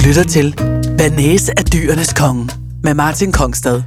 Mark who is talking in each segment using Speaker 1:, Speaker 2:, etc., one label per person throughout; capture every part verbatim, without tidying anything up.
Speaker 1: lytter til Banæs er dyrenes konge med Martin Kongstad.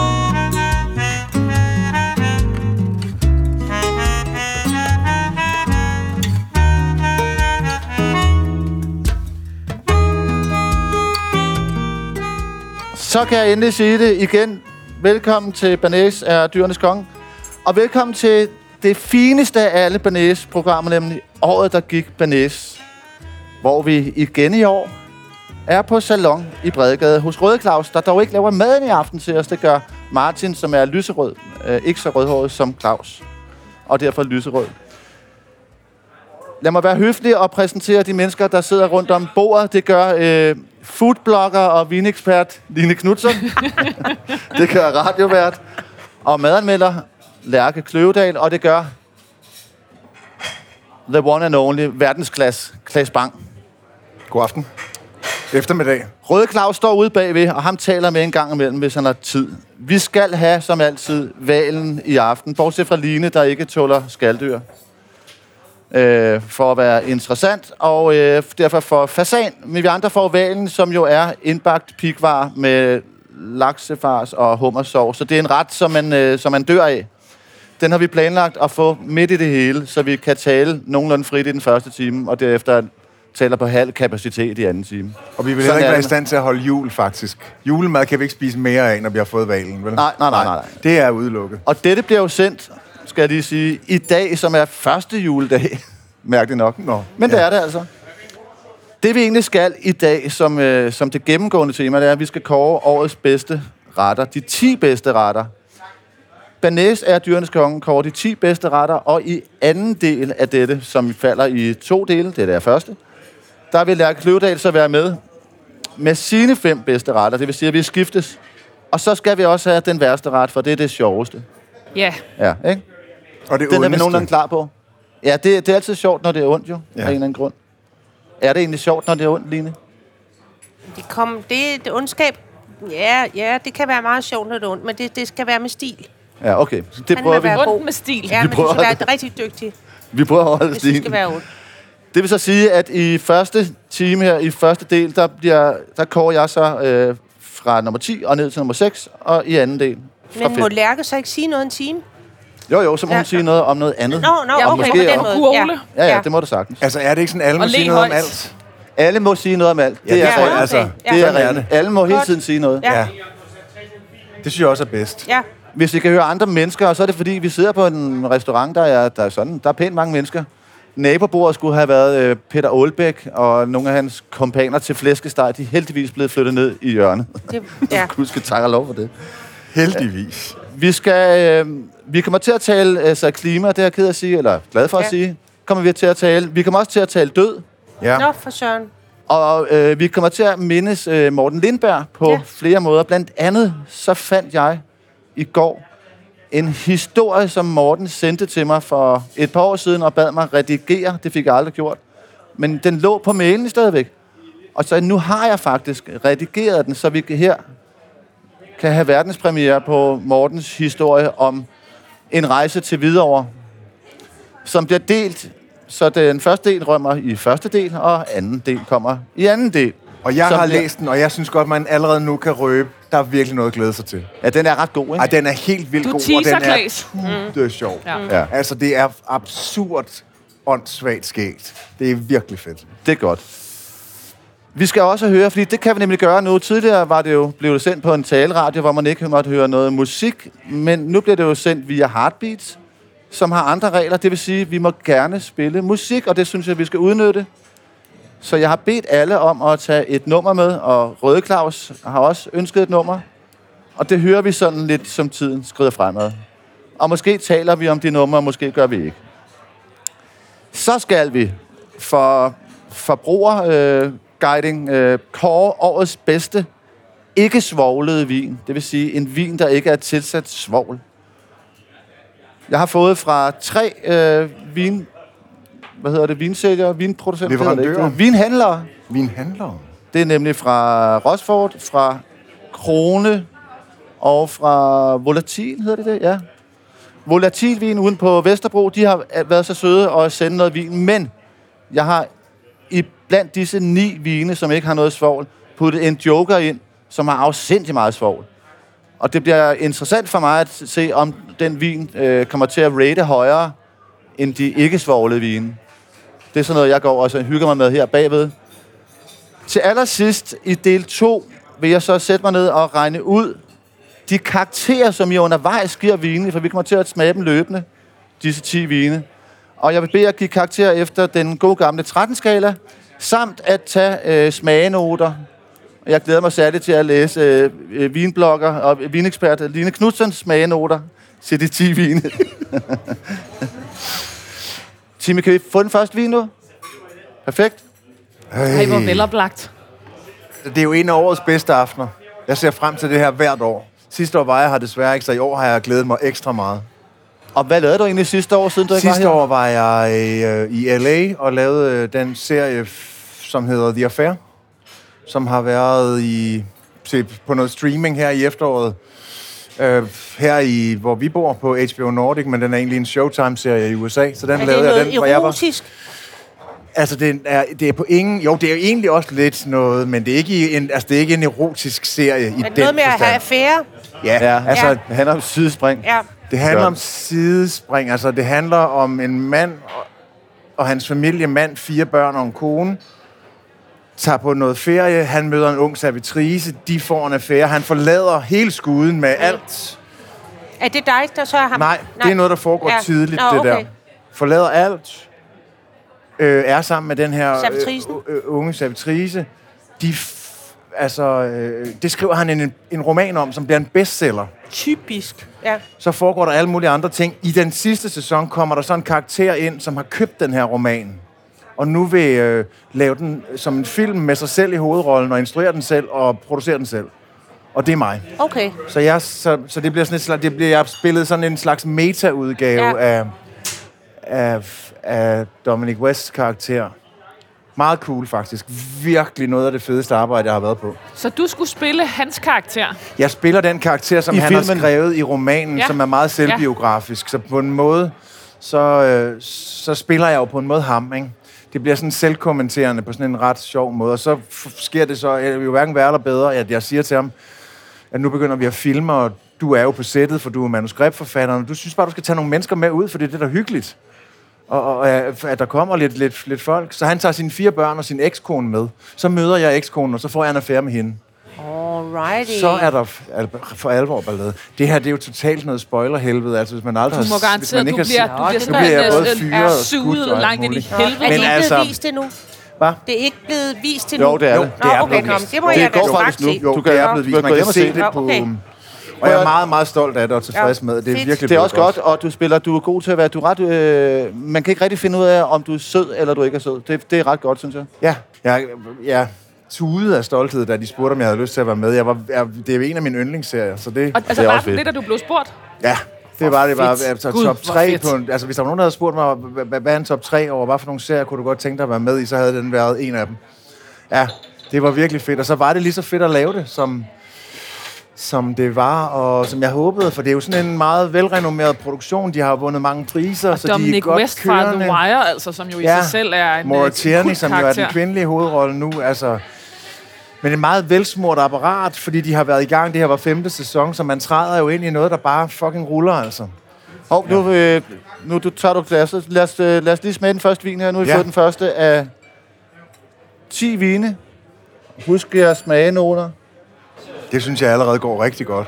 Speaker 2: Så kan jeg endelig sige det igen. Velkommen til Banæs er dyrenes konge. Og velkommen til det fineste af alle Banæs-programmer, nemlig året, der gik Banæs. Hvor vi igen i år er på salon i Bredegade hos Røde Claus, der dog ikke laver maden i aften til os. Det gør Martin, som er lyserød. Øh, ikke så rødhåret som Claus. Og derfor lyserød. Lad mig være høflig og præsentere de mennesker, der sidder rundt om bordet. Det gør øh, foodblogger og vinekspert Line Knudsen. Det gør radiovært og madanmelder Lærke Kløvedal. Og det gør the one and only verdensklasse Claes Bang.
Speaker 3: God aften. Eftermiddag.
Speaker 2: Røde Claus står ude bagved, og ham taler med en gang imellem, hvis han har tid. Vi skal have, som altid, valen i aften. Bortset fra Line, der ikke tåler skaldyr. Øh, for at være interessant, og øh, derfor for fasan. Men vi andre får valen, som jo er indbagt pikvar med laksefars og hummersov. Så det er en ret, som man, øh, som man dør af. Den har vi planlagt at få midt i det hele, så vi kan tale nogenlunde frit i den første time, og derefter taler på halv kapacitet i anden time.
Speaker 3: Og vi vil heller ikke være i stand til at holde jul, faktisk. Julemad kan vi ikke spise mere af, når vi har fået valen, vel?
Speaker 2: Nej, nej, nej, nej.
Speaker 3: Det er udelukket.
Speaker 2: Og dette bliver jo sendt, skal jeg lige sige, i dag, som er første juledag. Mærkeligt nok.
Speaker 3: Nå,
Speaker 2: Men
Speaker 3: ja.
Speaker 2: det er det altså. Det vi egentlig skal i dag, som, øh, som det gennemgående tema, det er, at vi skal kåre årets bedste retter. De ti bedste retter. Banæs er dyrenes konge, kårer de ti bedste retter, og i anden del af dette, som falder i to dele, det er det første, der vil Lærke Kløvedal så være med med sine fem bedste retter. Det vil sige, at vi skiftes. Og så skal vi også have den værste ret, for det er det sjoveste.
Speaker 4: Ja.
Speaker 2: Ja, ikke?
Speaker 3: Og det
Speaker 2: Den er vi
Speaker 3: ondeste.
Speaker 2: nogenlunde klar på. Ja, det, det er altid sjovt, når det er ondt, jo. Ja. Af en eller anden grund. Er det egentlig sjovt, når det er ondt, Line?
Speaker 4: Det, kom, det, det ondskab, ja, ja, det kan være meget sjovt, når det er ondt, men det, det skal være med stil.
Speaker 2: Ja, okay. Så det
Speaker 4: Han
Speaker 2: prøver
Speaker 4: vil
Speaker 2: vi.
Speaker 4: være god.
Speaker 5: Ondt med stil.
Speaker 4: Ja,
Speaker 2: Vi
Speaker 4: men
Speaker 2: prøver
Speaker 4: du skal
Speaker 2: at-
Speaker 4: være rigtig dygtig,
Speaker 2: Vi prøver at holde
Speaker 4: hvis det skal
Speaker 2: stilen.
Speaker 4: være ondt.
Speaker 2: Det vil så sige, at i første time her, i første del, der, bliver, der kårer jeg så øh, fra nummer ti og ned til nummer seks, og i anden del fra
Speaker 4: Men
Speaker 2: fem.
Speaker 4: må Lærke så ikke sige noget en time?
Speaker 2: Jo, jo, så må
Speaker 4: Ja.
Speaker 2: hun sige noget om noget andet.
Speaker 4: Nå, nå,
Speaker 5: Ja,
Speaker 4: okay,
Speaker 2: måske
Speaker 4: på den
Speaker 2: også.
Speaker 4: måde.
Speaker 5: Kugle.
Speaker 2: Ja, ja, det må du sagtens.
Speaker 3: Altså, er det ikke sådan, alle må
Speaker 5: Og
Speaker 3: sige
Speaker 5: le
Speaker 3: noget om
Speaker 5: højt.
Speaker 3: alt?
Speaker 2: Alle må sige noget om alt.
Speaker 3: Ja, det
Speaker 2: er
Speaker 3: tror jeg,
Speaker 2: rigtigt.
Speaker 3: altså.
Speaker 4: Ja.
Speaker 2: Det er
Speaker 3: Sådan er
Speaker 2: rigtigt. Alle må hele
Speaker 4: Godt.
Speaker 2: tiden sige noget.
Speaker 4: Ja.
Speaker 3: Ja. Det synes jeg også er bedst.
Speaker 4: Ja,
Speaker 2: Hvis vi kan høre andre mennesker, så er det fordi, vi sidder på en restaurant, der er, der er sådan, der er pænt mange mennesker. Nabobordet skulle have været øh, Peter Aalbæk og nogle af hans kompaner til flæskesteg. De er heldigvis blevet flyttet ned i hjørnet.
Speaker 4: det, ja.
Speaker 2: Gud skal takke og lov for det.
Speaker 3: Heldigvis.
Speaker 2: Vi skal, øh, vi kommer til at tale altså, klima, det er jeg ked af at sige, eller glad for at
Speaker 4: Ja.
Speaker 2: sige. Kommer vi til at tale. Vi kommer også til at tale død.
Speaker 3: Ja.
Speaker 4: Nå, for søren.
Speaker 2: Og øh, vi kommer til at mindes øh, Morten Lindberg på
Speaker 4: Ja.
Speaker 2: flere måder. Blandt andet så fandt jeg i går en historie, som Morten sendte til mig for et par år siden og bad mig redigere. Det fik jeg aldrig gjort. Men den lå på mailen stadigvæk. Og så nu har jeg faktisk redigeret den, så vi her kan have verdenspremiere på Mortens historie om en rejse til Hvidovre, som bliver delt. Så den første del rømmer i første del, og anden del kommer i anden del.
Speaker 3: Og jeg
Speaker 2: Som
Speaker 3: har
Speaker 2: bliver-
Speaker 3: læst den, og jeg synes godt, man allerede nu kan røbe, der er virkelig noget at glæde sig til.
Speaker 2: Ja, den er ret god, ikke?
Speaker 3: Ej, den er helt vildt
Speaker 5: Du
Speaker 3: god, og
Speaker 5: teaser,
Speaker 3: den er
Speaker 5: Claes.
Speaker 3: putte sjov.
Speaker 5: Ja.
Speaker 2: Ja,
Speaker 3: Altså, det er absurd åndssvagt skægt. Det er virkelig fedt.
Speaker 2: det er godt. Vi skal også høre, fordi det kan vi nemlig gøre nu. Tidligere var det jo, blev det sendt på en taleradio, hvor man ikke måtte høre noget musik, men nu bliver det jo sendt via Heartbeats, som har andre regler. Det vil sige, at vi må gerne spille musik, og det synes jeg, vi skal udnytte. Så jeg har bedt alle om at tage et nummer med, og Røde Claus har også ønsket et nummer. Og det hører vi sådan lidt, som tiden skrider fremad. Og måske taler vi om de numre, måske gør vi ikke. Så skal vi for forbrugerguiding øh, øh, kåre årets bedste ikke svovlede vin. Det vil sige en vin, der ikke er tilsat svovl. Jeg har fået fra tre øh, vin... Hvad hedder det? Vinsælgere, vinproducenter?
Speaker 3: Leverandører.
Speaker 2: hedder det ikke? Vinhandlere.
Speaker 3: Vinhandler.
Speaker 2: Det er nemlig fra Rosford, fra Krone og fra Volatil, hedder det det? Ja. Volatilvin uden på Vesterbro, de har været så søde at sende noget vin, men jeg har i blandt disse ni vine, som ikke har noget svovl, puttet en joker ind, som har afsindig meget svovl. Og det bliver interessant for mig at se, om den vin øh, kommer til at rate højere end de ikke-svoglede vine. Det er sådan noget, jeg går og så hygger mig med her bagved. Til allersidst i del to vil jeg så sætte mig ned og regne ud de karakterer, som jeg undervejs giver vine, for vi kommer til at smage dem løbende, disse ti vine. Og jeg vil bede at give karakterer efter den gode gamle tretten-skala, samt at tage øh, smagenoter. Jeg glæder mig særligt til at læse øh, vinblogger og vinekspert Line Knudsens smagenoter til de ti vine. Timmy, kan vi få den første vin nu? Perfekt.
Speaker 5: Ej, hvor veloplagt.
Speaker 3: Det er jo en af årets bedste aftener. Jeg ser frem til det her hvert år. Sidste år var jeg her desværre ikke, så i år har jeg glædet mig ekstra meget.
Speaker 2: Og hvad lavede du egentlig sidste år, siden du ikke var her?
Speaker 3: Sidste år var jeg øh, i L A og lavede øh, den serie, f- som hedder The Affair, som har været i, til, på noget streaming her i efteråret. Øh, her i, hvor vi bor på H B O Nordic, men den er egentlig en Showtime-serie i U S A, så den
Speaker 4: er
Speaker 3: lavede
Speaker 4: det
Speaker 3: jeg
Speaker 4: noget
Speaker 3: den, hvor jeg var.
Speaker 4: erotisk?
Speaker 3: Altså, det er, det er på ingen... Jo, det er jo egentlig også lidt noget, men det er ikke en, altså, det er ikke en erotisk serie i den
Speaker 4: Er det noget med at have affære?
Speaker 3: Ja,
Speaker 2: Ja,
Speaker 3: altså...
Speaker 2: ja. Det handler om sidespring.
Speaker 4: Ja.
Speaker 3: Det handler om sidespring. Altså, det handler om en mand og, og hans familie, mand, fire børn og en kone, tager på noget ferie. Han møder en ung servitrice. De får en affære. Han forlader hele skuden med alt.
Speaker 4: Er det dig, der så har ham?
Speaker 3: Nej, det er noget, der foregår
Speaker 4: Ja.
Speaker 3: tidligt,
Speaker 4: Nå,
Speaker 3: det
Speaker 4: okay.
Speaker 3: der. Forlader alt. Øh, er sammen med den her
Speaker 4: Servitricen.
Speaker 3: øh, øh, unge servitrice. De f- altså, øh, det skriver han en, en roman om, som bliver en bestseller.
Speaker 4: Typisk. Ja.
Speaker 3: Så foregår der alle mulige andre ting. I den sidste sæson kommer der så en karakter ind, som har købt den her roman. Og nu vil øh, lave den som en film med sig selv i hovedrollen, og instruere den selv, og producere den selv. Og det er mig.
Speaker 4: Okay.
Speaker 3: Så, jeg, så, så det bliver sådan et slags, det bliver jeg spillet sådan en slags meta-udgave
Speaker 4: Ja.
Speaker 3: af, af, af Dominic Wests karakter. Meget cool, faktisk. Virkelig noget af det fedeste arbejde, jeg har været på.
Speaker 5: Så du skulle spille hans karakter.
Speaker 3: Jeg spiller den karakter, som
Speaker 2: I
Speaker 3: han
Speaker 2: filmen.
Speaker 3: har skrevet i romanen,
Speaker 5: Ja.
Speaker 3: ja. som er meget selvbiografisk. Ja. Så på en måde, så, øh, så spiller jeg jo på en måde ham, ikke? Det bliver sådan selvkommenterende på sådan en ret sjov måde. Og så f- sker det så, jeg vil jo hverken være eller bedre, at jeg siger til ham, at nu begynder vi at filme, og du er jo på sættet, for du er manuskriptforfatteren, og du synes bare, du skal tage nogle mennesker med ud, for det er det, der er hyggeligt. Og, og at der kommer lidt, lidt, lidt folk. Så han tager sine fire børn og sin ekskone med. Så møder jeg ekskonen, og så får jeg en affære med hende.
Speaker 4: Alrighty.
Speaker 3: Så er der f- al- for alvor ballade. Det her, det er jo totalt noget spoilerhelvede. Altså, hvis man aldrig
Speaker 5: Du må
Speaker 3: har... hvis
Speaker 5: garantere,
Speaker 3: man
Speaker 5: at
Speaker 3: ikke
Speaker 5: du bliver,
Speaker 3: har
Speaker 5: du bliver
Speaker 3: nu bliver jeg både
Speaker 5: simpelthen
Speaker 3: fyret
Speaker 5: øh,
Speaker 3: og skudt
Speaker 5: suget
Speaker 3: og alt
Speaker 5: langt ind i
Speaker 3: muligt.
Speaker 4: Nå,
Speaker 5: helvede.
Speaker 4: er det
Speaker 3: Men
Speaker 4: ikke
Speaker 3: altså-
Speaker 4: blevet vist endnu?
Speaker 3: Hvad?
Speaker 4: Det er ikke blevet vist endnu?
Speaker 2: Jo, det er
Speaker 3: Jo,
Speaker 2: det.
Speaker 3: det er
Speaker 4: Nå, okay,
Speaker 3: blevet
Speaker 4: nå,
Speaker 3: vist.
Speaker 4: det må
Speaker 2: Det
Speaker 4: jeg
Speaker 2: går
Speaker 4: da
Speaker 2: faktisk
Speaker 4: straks
Speaker 2: nu.
Speaker 4: se.
Speaker 3: Jo,
Speaker 2: Du
Speaker 3: det
Speaker 2: kan-
Speaker 3: er blevet
Speaker 2: du
Speaker 3: vist.
Speaker 2: kan
Speaker 3: Man
Speaker 2: gå
Speaker 3: kan
Speaker 2: hjem og
Speaker 3: se
Speaker 2: se
Speaker 3: det
Speaker 4: det.
Speaker 3: på...
Speaker 4: Okay.
Speaker 3: Og jeg er meget, meget stolt af det og tilfreds med det. Det er
Speaker 4: Fedt.
Speaker 3: virkelig
Speaker 2: Det er også
Speaker 3: blevet
Speaker 2: godt, og du spiller, du er god til at være, du er ret, øh, man kan ikke rigtig finde ud af, om du er sød, eller du ikke er sød. Det, det er ret godt, synes jeg.
Speaker 3: Ja, jeg, jeg tudede af stolthed, da de spurgte, om jeg havde lyst til at være med. Jeg var, jeg, det er jo en af mine yndlingsserier, så det...
Speaker 5: Og, altså
Speaker 2: Det er
Speaker 5: bare
Speaker 2: også
Speaker 5: for
Speaker 2: fedt.
Speaker 5: det, da du blev spurgt.
Speaker 3: Ja, det var det var
Speaker 5: fedt.
Speaker 3: altså,
Speaker 5: Gud,
Speaker 3: top
Speaker 5: hvor
Speaker 3: tre
Speaker 5: fedt.
Speaker 3: på en, altså hvis der var nogen der havde spurgt mig hvad, hvad, hvad er en top tre over, hvad for nogle serier kunne du godt tænke dig at være med i, så havde den været en af dem. Ja, det var virkelig fedt, og så var det lige så fedt at lave det, som som det var, og som jeg håbede, for det er jo sådan en meget velrenommeret produktion. De har vundet mange priser, så de er
Speaker 5: Dominic
Speaker 3: godt
Speaker 5: West fra
Speaker 3: kørende.
Speaker 5: The Wire, altså, som jo i
Speaker 3: Ja.
Speaker 5: sig selv er en
Speaker 3: Maura
Speaker 5: øh,
Speaker 3: Tierney,
Speaker 5: kult
Speaker 3: som jo er
Speaker 5: karakter.
Speaker 3: den kvindelige hovedrolle nu, altså... Men et meget velsmurt apparat, fordi de har været i gang. Det her var femte sæson, så man træder jo ind i noget, der bare fucking ruller, altså.
Speaker 2: Hov, nu, øh, nu du tager du glasset. Lad os, øh, lad os lige smage den første vin her. Nu har vi
Speaker 3: Ja.
Speaker 2: fået den første af ti vine. Husk jeres smagenoter.
Speaker 3: Det synes jeg allerede går rigtig godt.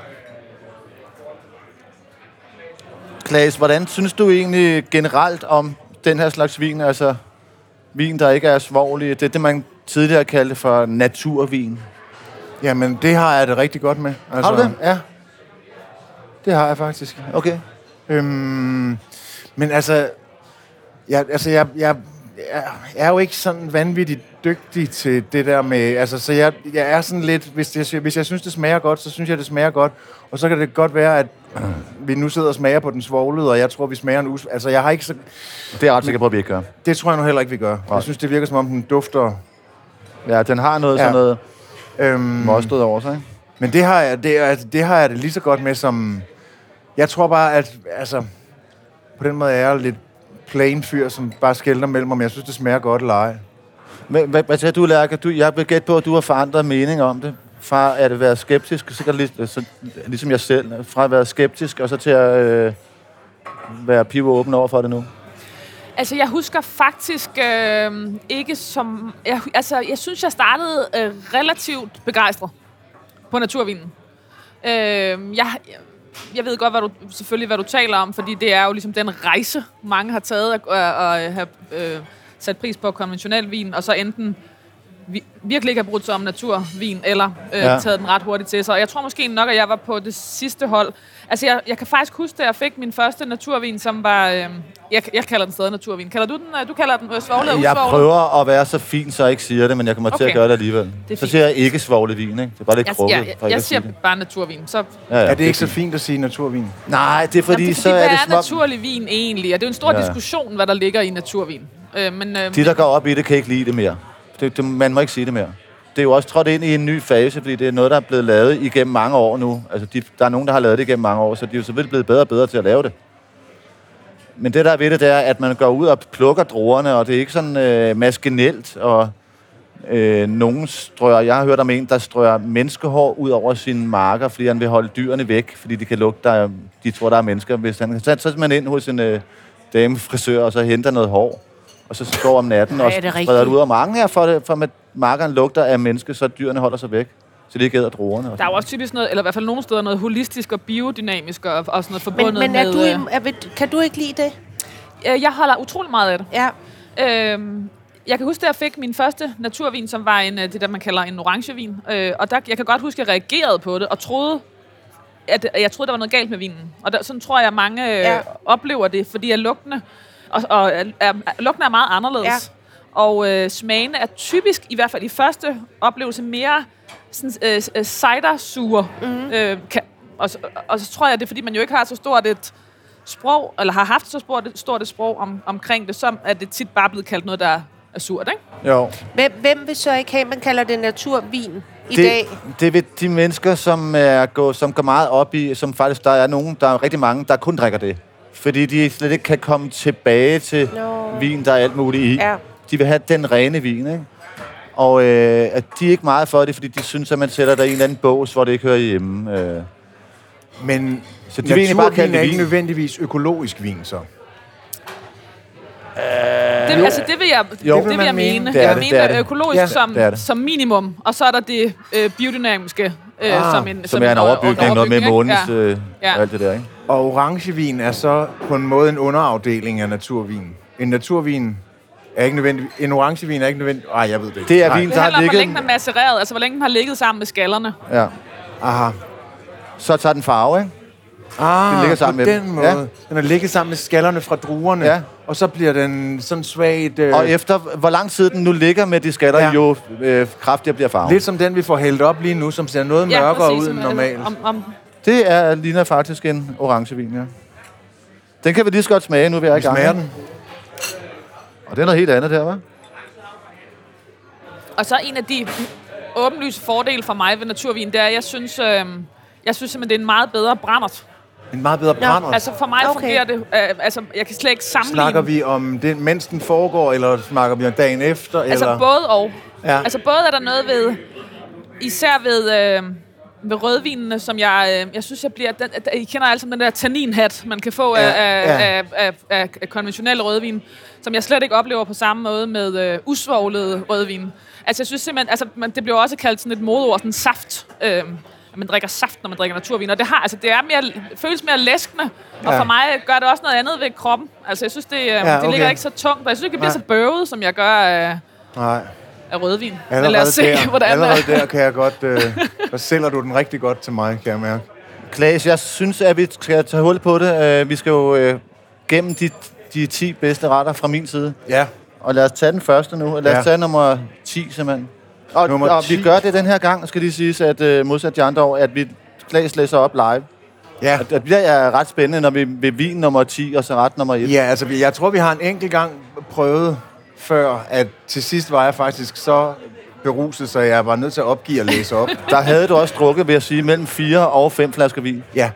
Speaker 2: Klaas, hvordan synes du egentlig generelt om den her slags vin? Altså vin, der ikke er svovlig. Det er det, man tidligere kaldte for naturvin.
Speaker 3: Jamen, det har jeg det rigtig godt med. Altså,
Speaker 2: Har du det?
Speaker 3: Ja. Det har jeg faktisk.
Speaker 2: Okay.
Speaker 3: Øhm, men altså, jeg, altså jeg, jeg, jeg er jo ikke sådan vanvittigt dygtig til det der med... Altså, så jeg, jeg er sådan lidt... Hvis jeg, hvis jeg synes, det smager godt, så synes jeg, det smager godt. Og så kan det godt være, at vi nu sidder og smager på den svoglede, og jeg tror, vi smager en us... Altså, jeg har ikke så...
Speaker 2: Det er jeg ret sikker på, at vi ikke gør.
Speaker 3: Det tror jeg nu heller ikke, vi gør.
Speaker 2: Nej.
Speaker 3: Jeg synes, det virker, som om den dufter...
Speaker 2: Ja, den har noget
Speaker 3: Ja.
Speaker 2: sådan noget
Speaker 3: Øhm,
Speaker 2: mostet over sig. Ikke?
Speaker 3: Men det har, jeg, det, altså, det har jeg det lige så godt med som... Jeg tror bare, at altså, på den måde er jeg lidt plain fyr, som bare skælder mellem, om jeg synes, det smager godt eller ej.
Speaker 2: Hvad, hvad, hvad siger du, Lærke? Du, jeg vil gætte på, at du har forandret mening om det. Fra at være skeptisk, så, lig, så, ligesom jeg selv, fra at være skeptisk, og så til at øh, være pivåben over for det nu.
Speaker 5: Altså, jeg husker faktisk øh, ikke som... Jeg, altså, jeg synes, jeg startede øh, relativt begejstret på naturvinen. Øh, jeg, jeg ved godt, hvad du, selvfølgelig, hvad du taler om, fordi det er jo ligesom den rejse, mange har taget at, at, at have øh, sat pris på konventionel vin, og så enten vi, virkelig ikke har brugt sig om naturvin, eller øh, ja. taget den ret hurtigt til sig. Og jeg tror måske nok, at jeg var på det sidste hold. Altså, jeg, jeg kan faktisk huske, at jeg fik min første naturvin, som var... Øh, jeg, jeg kalder den stadig naturvin. Kalder du den? Du kalder den øh, svovlet og usvovlet?
Speaker 2: Jeg prøver at være så fin, så jeg ikke siger det, men jeg kommer okay. til at gøre det alligevel. Det så siger jeg ikke svovlet vin, ikke? Det er bare lidt krukket.
Speaker 5: Jeg, jeg, jeg, jeg siger bare naturvin. Så...
Speaker 3: Ja, ja, er det ikke så fint at sige naturvin?
Speaker 2: Nej, det er fordi,
Speaker 5: Jamen, det er, fordi
Speaker 2: så er
Speaker 5: hvad
Speaker 2: det
Speaker 5: er
Speaker 2: små...
Speaker 5: naturlig vin egentlig? Og det er jo en stor
Speaker 2: ja.
Speaker 5: diskussion, hvad der ligger i naturvin. Øh, men, øh,
Speaker 2: De, der går op i det, kan ikke lide det mere. Det, det, man må ikke sige det mere. Det er jo også trådt ind i en ny fase, fordi det er noget, der er blevet lavet igennem mange år nu. Altså, de, der er nogen, der har lavet det igennem mange år, så de er jo selvfølgelig blevet bedre og bedre til at lave det. Men det, der er ved det, det er, at man går ud og plukker druerne, og det er ikke sådan øh, maskinelt, og øh, nogen strøger... Jeg har hørt om en, der strøger menneskehår ud over sine marker, fordi han vil holde dyrene væk, fordi de kan lugte, der, de tror, der er mennesker. Hvis han så tager man ind hos en øh, damefrisør, og så henter noget hår, og så står om natten, og spreder det ud af marken her, for, det, for at markeren lugter af menneske, så dyrene holder sig væk. Så de ikke æder druerne.
Speaker 5: Der er jo også typisk noget, eller i hvert fald nogle steder, noget holistisk og biodynamisk, og, og sådan noget forbundet
Speaker 4: men, men er
Speaker 5: med...
Speaker 4: du, er, kan du ikke lide det?
Speaker 5: Jeg holder utrolig meget af det.
Speaker 4: Ja.
Speaker 5: Øhm, jeg kan huske, at jeg fik min første naturvin, som var en, det der, man kalder en orangevin. Øh, og der, jeg kan godt huske, at jeg reagerede på det, og troede, at jeg troede, der var noget galt med vinen. Og der, sådan tror jeg, mange øh, ja. oplever det, fordi at lugtene, og, og, er, er, lugtene er meget anderledes. Ja. Og øh, smagene er typisk, i hvert fald i første oplevelse, mere sådan, øh, øh, cidersure. Mm-hmm. Øh, kan, og, og så tror jeg, det er, fordi man jo ikke har så stort et sprog, eller har haft så stort et, stort et sprog om, omkring det, som at det tit bare er blevet kaldt noget, der er surt, ikke?
Speaker 2: Jo.
Speaker 4: Hvem, hvem vil så ikke have, man kalder det naturvin i
Speaker 2: det,
Speaker 4: dag?
Speaker 2: Det er de mennesker, som, er, går, som går meget op i, som faktisk, der er nogen, der er rigtig mange, der kun drikker det. Fordi de slet ikke kan komme tilbage til no. vin, der er alt muligt i. Ja. De vil have den rene vin, ikke? Og øh, at de er ikke meget for det, fordi de synes, at man sætter der i en eller anden bås, hvor det ikke hører hjemme. Øh.
Speaker 3: Men
Speaker 2: så de vil egentlig bare kalde det
Speaker 3: er
Speaker 2: vin.
Speaker 3: Ikke nødvendigvis økologisk vin, så?
Speaker 5: Øh, det, altså, det vil jeg,
Speaker 2: jo,
Speaker 5: det vil jeg mene.
Speaker 2: Det
Speaker 5: jeg
Speaker 2: det,
Speaker 5: mener
Speaker 2: det
Speaker 5: økologisk
Speaker 2: ja,
Speaker 5: som,
Speaker 2: det det.
Speaker 5: som minimum, og så er der det øh, biodynamiske, øh,
Speaker 2: ah,
Speaker 5: som en,
Speaker 2: som,
Speaker 5: som
Speaker 2: er en,
Speaker 5: en
Speaker 2: overbygning, noget med månens
Speaker 5: ja.
Speaker 2: øh,
Speaker 5: ja.
Speaker 2: og alt det der, ikke?
Speaker 3: Og orangevin er så på en måde en underafdeling af naturvin. En naturvin er ikke nødvendig. En orangevin er ikke nødvendig. Ej, jeg ved det ikke.
Speaker 2: Det er vin, der har ligget...
Speaker 5: hvor længe den er macereret, altså hvor længe den har ligget sammen med skallerne.
Speaker 2: Ja.
Speaker 3: Aha.
Speaker 2: Så tager den farve, ikke?
Speaker 3: Ah,
Speaker 2: den ligger sammen
Speaker 3: på
Speaker 2: med
Speaker 3: den
Speaker 2: dem.
Speaker 3: måde.
Speaker 2: Ja.
Speaker 3: Den er ligget sammen med skallerne fra druerne, ja. Og så bliver den sådan svagt... Øh...
Speaker 2: Og efter hvor lang tid den nu ligger med de skaller, ja. jo øh, kraftigere bliver farven.
Speaker 3: Lidt som den, vi får hældt op lige nu, som ser noget
Speaker 5: ja,
Speaker 3: mørkere
Speaker 5: præcis,
Speaker 3: ud end normalt.
Speaker 5: Om, om...
Speaker 2: Det er, ligner faktisk en orangevin, ja. Den kan vi lige så godt smage, nu vi er i gang.
Speaker 3: Smager den.
Speaker 2: Og det er noget helt andet der, hva'?
Speaker 5: Og så en af de åbenlyse fordele for mig ved naturvin, det er, at jeg synes, øh, jeg synes simpelthen, det er en meget bedre brændert.
Speaker 3: En meget bedre brændert?
Speaker 5: Ja, altså for mig okay. fungerer det, øh, altså jeg kan slet ikke sammenligne.
Speaker 3: Snakker vi om den, mens den foregår, eller snakker vi om dagen efter?
Speaker 5: Altså
Speaker 3: eller?
Speaker 5: både og.
Speaker 3: Ja.
Speaker 5: Altså både er der noget ved, især ved, øh, ved rødvinene, som jeg, øh, jeg synes, jeg bliver, den, I kender alle sammen den der tanninhat, man kan få ja, af, ja. Af, af, af, af konventionelle rødvin, som jeg slet ikke oplever på samme måde med øh, usvovlede rødvin. Altså jeg synes simpelthen, altså man, det bliver også kaldt sådan et modeord, sådan saft. Øh, man drikker saft, når man drikker naturvin, og det har, altså det er mere, føles mere læskende, og ja. for mig gør det også noget andet ved kroppen. Altså jeg synes, det, ja, okay. det ligger ikke så tungt, og jeg synes ikke, det bliver ja. så bøvet, som jeg gør af,
Speaker 3: Nej.
Speaker 5: af rødvin.
Speaker 3: Allerede,
Speaker 5: Men lad os se,
Speaker 3: der,
Speaker 5: hvordan
Speaker 3: allerede der kan jeg godt, øh, der sælger du den rigtig godt til mig, kan jeg mærke.
Speaker 2: Klaas, jeg synes, at vi skal tage hul på det. Vi skal jo øh, gennem de, de ti bedste retter fra min side.
Speaker 3: Ja.
Speaker 2: Og lad os tage den første nu. Lad os ja. tage nummer ti, simpelthen. Og, og vi gør det den her gang, skal lige siges, at uh, modsat de andre år, at vi Klaas læser op live.
Speaker 3: Ja.
Speaker 2: Og det bliver ret spændende, når vi ved vin nummer ti og så ret nummer et.
Speaker 3: Ja, altså jeg tror, vi har en enkelt gang prøvet før, at til sidst var jeg faktisk så beruset, så jeg var nødt til at opgive at læse op.
Speaker 2: Der havde du også drukket, vil jeg sige, mellem fire og fem flasker vin.
Speaker 3: Ja,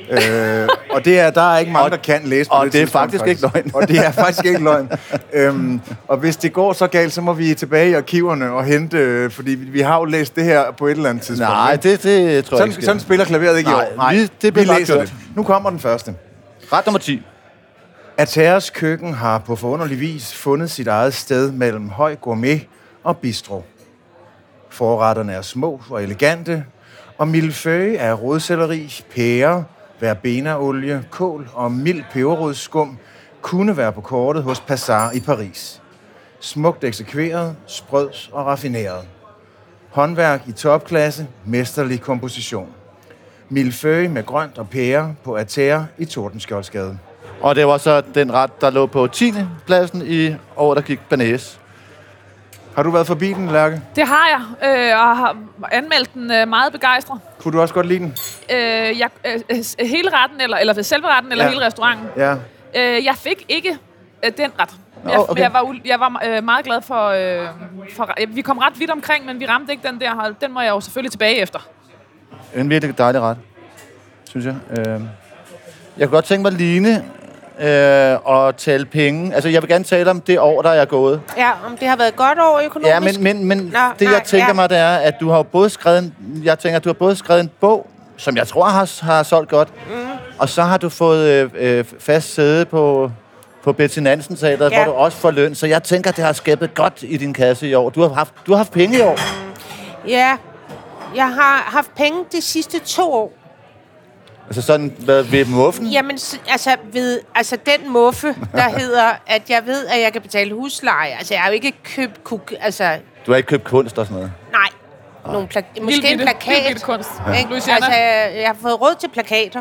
Speaker 3: Øh, og det er, der er ikke mange,
Speaker 2: Og-
Speaker 3: der kan læse på
Speaker 2: og
Speaker 3: det
Speaker 2: det er
Speaker 3: tidspunkt,
Speaker 2: faktisk ikke løgn.
Speaker 3: Og det er faktisk ikke løgn. øhm, og hvis det går så galt, så må vi tilbage i arkiverne og hente, øh, fordi vi, vi har jo læst det her på et eller andet tidspunkt.
Speaker 2: Nej,
Speaker 3: ikke?
Speaker 2: det, det tror jeg
Speaker 3: sådan,
Speaker 2: ikke sker.
Speaker 3: sådan spiller klaveret ikke
Speaker 2: Nej,
Speaker 3: i år.
Speaker 2: vi- det
Speaker 3: vi
Speaker 2: bliver bare
Speaker 3: læser
Speaker 2: kørt.
Speaker 3: det. Nu kommer den første.
Speaker 2: Ret nummer ti.
Speaker 3: Ateas køkken har på forunderlig vis fundet sit eget sted mellem høj gourmet og bistro. Forretterne er små og elegante, og millefeuille af rodselleri, pære, verbenaolie, kål og mild peberrodsskum kunne være på kortet hos Passar i Paris. Smukt eksekveret, sprød og raffineret. Håndværk i topklasse, mesterlig komposition. Millefeuille med grønt og pære på Atea i Tordenskjoldsgade.
Speaker 2: Og det var så den ret, der lå på tiende pladsen i år, der gik Banæs.
Speaker 3: Har du været forbi den, Lærke?
Speaker 5: Det har jeg, øh, og har anmeldt den øh, meget begejstret.
Speaker 3: Kunne du også godt lide den?
Speaker 5: Øh, jeg, øh, øh, hele retten, eller, eller selve retten, eller
Speaker 3: Ja.
Speaker 5: ja. hele restauranten.
Speaker 3: Ja.
Speaker 5: Øh, jeg fik ikke øh, den ret.
Speaker 2: Nå,
Speaker 5: Jeg,
Speaker 2: okay.
Speaker 5: jeg var, u- jeg var øh, meget glad for, øh, for... Vi kom ret vidt omkring, men vi ramte ikke den der. Den må jeg jo selvfølgelig tilbage efter.
Speaker 2: En virkelig dejlig ret, synes jeg. Øh, jeg kunne godt tænke mig Line øh, og tale penge. Altså, jeg vil gerne tale om det år, der er gået.
Speaker 4: Ja, om det har været et godt år økonomisk.
Speaker 2: Ja, men, men, men
Speaker 4: Nå,
Speaker 2: det, jeg
Speaker 4: nej,
Speaker 2: tænker
Speaker 4: ja.
Speaker 2: mig, det er, at du har jo både skrevet en, jeg tænker, at du har både skrevet en bog, som jeg tror har, har solgt godt, mm. og så har du fået øh, øh, fast sæde på, på Betty Nansen Teatret,
Speaker 4: Ja.
Speaker 2: hvor du også får løn. Så jeg tænker, at det har skabet godt i din kasse i år. Du har haft, du har haft penge i år.
Speaker 4: Ja, jeg har haft penge de sidste to år.
Speaker 2: Altså sådan ved, ved muffen.
Speaker 4: Jamen, s- altså, ved, altså den muffe, der hedder, at jeg ved, at jeg kan betale husleje. Altså, jeg har jo ikke købt kuk... Altså,
Speaker 2: Du har ikke købt kunst og sådan noget.
Speaker 4: nej. Nogle pla- måske en plakat.
Speaker 5: Lille kunst.
Speaker 4: Ikke?
Speaker 5: Louisiana.
Speaker 4: Altså, jeg, jeg har fået råd til plakater.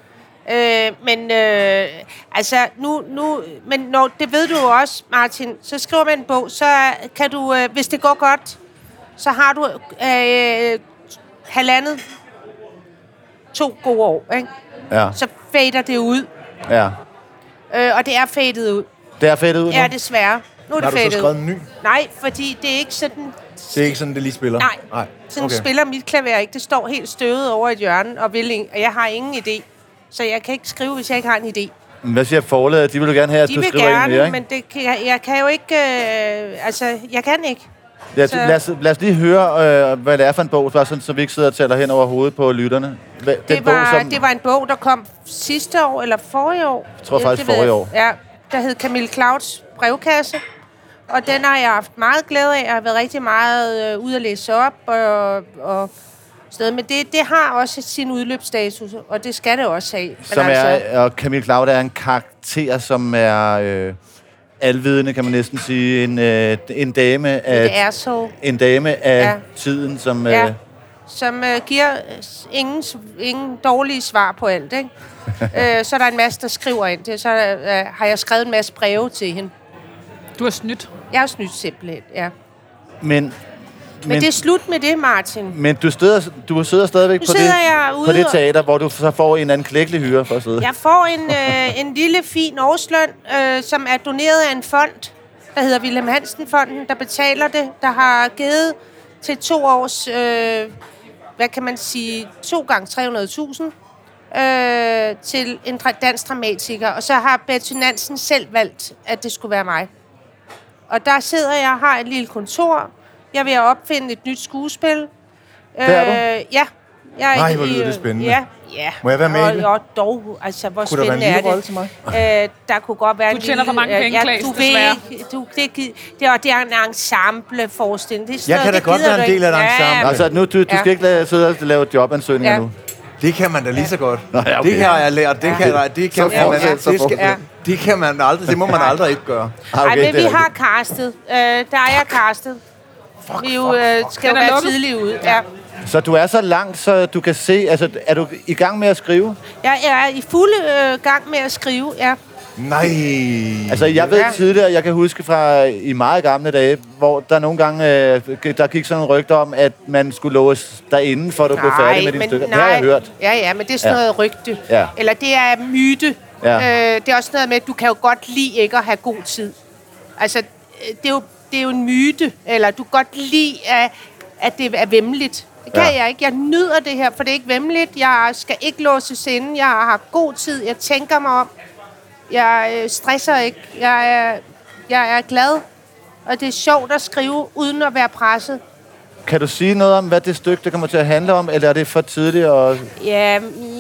Speaker 4: Øh, men øh, altså, nu, nu, men når, det ved du jo også, Martin, så skriver man en bog, så kan du, øh, hvis det går godt, så har du øh, halvandet, to gode år, ikke?
Speaker 2: Ja,
Speaker 4: Så fader det ud,
Speaker 2: ja.
Speaker 4: øh, og det er fadet ud.
Speaker 2: Det er fedt ud nu.
Speaker 4: Ja, desværre. Nu er det
Speaker 3: Har du så
Speaker 4: fadet
Speaker 3: skrevet
Speaker 4: ud.
Speaker 3: en ny?
Speaker 4: Nej, fordi det er ikke sådan,
Speaker 3: Det er ikke sådan, det lige spiller?
Speaker 4: nej,
Speaker 3: Nej.
Speaker 4: sådan
Speaker 3: Okay.
Speaker 4: spiller mit klaver ikke. Det står helt støvet over et hjørne, og, vil, ikke- og jeg har ingen idé. Så jeg kan ikke skrive, hvis jeg ikke har en idé.
Speaker 2: Hvad siger forlaget? De vil jo gerne have, at
Speaker 4: De
Speaker 2: du
Speaker 4: vil
Speaker 2: skriver
Speaker 4: gerne,
Speaker 2: en mere, ikke?
Speaker 4: men det kan, jeg, jeg kan jo ikke... Øh, altså, jeg kan ikke.
Speaker 2: Lad,
Speaker 4: så-
Speaker 2: lad, os, lad os lige høre, øh, hvad det er for en bog, bare sådan, så vi ikke sidder og taler hen over hovedet på lytterne. Hvad, den
Speaker 4: Det var,
Speaker 2: bog, som,
Speaker 4: det var en bog, der kom sidste år, eller forrige år.
Speaker 2: Jeg tror
Speaker 4: Ja,
Speaker 2: faktisk
Speaker 4: det ved
Speaker 2: forrige
Speaker 4: jeg.
Speaker 2: år.
Speaker 4: Ja, der hed Camille Clouds brevkasse. Og den har jeg haft meget glæde af. Jeg har været rigtig meget øh, ude at læse op og, og sted. Men det, det har også sin udløbsstatus, og det skal det også have. Men
Speaker 2: som er, og Camille Cloud er en karakter, som er øh, alvidende, kan man næsten sige. En, øh, en dame af,
Speaker 4: det er så...
Speaker 2: en dame af
Speaker 4: Ja.
Speaker 2: tiden, som... Øh,
Speaker 4: Ja, som øh, giver øh, ingen, ingen dårlige svar på alt, ikke? øh, så er der en masse, der skriver ind til. Så øh, har jeg skrevet en masse breve til hende.
Speaker 5: Du har snydt.
Speaker 4: Jeg har snydt simpelthen, ja.
Speaker 2: men,
Speaker 4: Men,
Speaker 2: men,
Speaker 4: men det er slut med det, Martin.
Speaker 2: men du, steder, du sidder stadigvæk
Speaker 4: Nu
Speaker 2: på
Speaker 4: sidder
Speaker 2: det,
Speaker 4: jeg
Speaker 2: på
Speaker 4: ude
Speaker 2: det
Speaker 4: og-
Speaker 2: teater, hvor du så får en anden klækkelig hyre for at sidde.
Speaker 4: Jeg får en, øh, en lille, fin årsløn, øh, som er doneret af en fond, der hedder Wilhelm Hansen-fonden, der betaler det, der har givet til to års, øh, hvad kan man sige, to gange tre hundrede tusind øh, til en dra- dansk dramatiker. Og så har Betty Nansen selv valgt, at det skulle være mig. Og der sidder jeg, har et lille kontor. Jeg er ved at opfinde et nyt skuespil.
Speaker 2: Det er du?
Speaker 4: Ja. Jeg er
Speaker 3: Nej,
Speaker 4: ikke
Speaker 3: hvor lyder
Speaker 4: i-
Speaker 3: det spændende.
Speaker 4: Ja, ja.
Speaker 3: Må jeg være med i
Speaker 4: og,
Speaker 3: det?
Speaker 4: og dog, altså, hvor
Speaker 3: Kunne der være en
Speaker 4: spændende
Speaker 3: lille
Speaker 4: er
Speaker 3: rolle
Speaker 4: det?
Speaker 3: til
Speaker 4: Øh, der kunne godt være
Speaker 5: Du
Speaker 4: en
Speaker 5: tjener
Speaker 4: lille,
Speaker 5: for mange
Speaker 4: øh,
Speaker 5: penge, Claes,
Speaker 4: du
Speaker 5: desværre.
Speaker 4: ved ikke, du, det, gi- det, er, det er en ensemble-forestilling. Det er sådan
Speaker 3: Jeg
Speaker 4: noget,
Speaker 3: kan da
Speaker 4: det
Speaker 3: godt
Speaker 4: gider
Speaker 3: være en
Speaker 4: du
Speaker 3: del af et
Speaker 4: ikke.
Speaker 3: ensemble.
Speaker 2: Altså, nu, du, du
Speaker 4: Ja.
Speaker 2: skal ikke lade, sidde og lave jobansøgninger
Speaker 4: Ja.
Speaker 2: nu.
Speaker 3: Det kan man da lige så godt.
Speaker 2: Nå, ja, okay.
Speaker 3: Det har jeg lært. Det kan, det kan,
Speaker 2: Så
Speaker 3: man,
Speaker 2: fortsæt,
Speaker 3: det,
Speaker 2: så
Speaker 3: skal,
Speaker 2: fortsæt.
Speaker 3: det kan man aldrig. Det må man aldrig ikke gøre.
Speaker 2: Ah,
Speaker 4: Ej, men
Speaker 2: det
Speaker 4: vi
Speaker 2: er
Speaker 4: har castet. Øh, der er jeg castet. Vi jo, øh, skal jo
Speaker 5: Den er
Speaker 4: være
Speaker 5: lukket.
Speaker 4: tidligt ud. Ja.
Speaker 2: Så du er så langt, så du kan se... Altså, er du i gang med at skrive?
Speaker 4: Jeg er i fulde øh, gang med at skrive, ja.
Speaker 3: Nej.
Speaker 2: Altså, jeg ved
Speaker 4: Ja.
Speaker 2: tidligere, jeg kan huske fra i meget gamle dage, hvor der nogle gange, øh, der gik sådan en rygte om, at man skulle låse derinde, for at du blev færdig med dine stykker. Det har jeg hørt.
Speaker 4: Ja, ja, men det er sådan
Speaker 2: Ja.
Speaker 4: noget rygte.
Speaker 2: Ja.
Speaker 4: Eller det er myte.
Speaker 2: Ja.
Speaker 4: Øh, det er også noget med, at du kan jo godt lide ikke at have god tid. Altså, øh, det er jo, det er jo en myte. Eller du kan godt lide, at, at det er vemmeligt. Det kan
Speaker 2: Ja.
Speaker 4: ja. jeg ikke. Jeg nyder det her, for det er ikke væmmeligt. Jeg skal ikke låses inde. Jeg har god tid. Jeg tænker mig om. Jeg øh, stresser ikke. Jeg er, jeg er glad. Og det er sjovt at skrive, uden at være presset.
Speaker 2: Kan du sige noget om, hvad det stykke det kommer til at handle om, eller er det for tidligt? Og...
Speaker 4: Ja,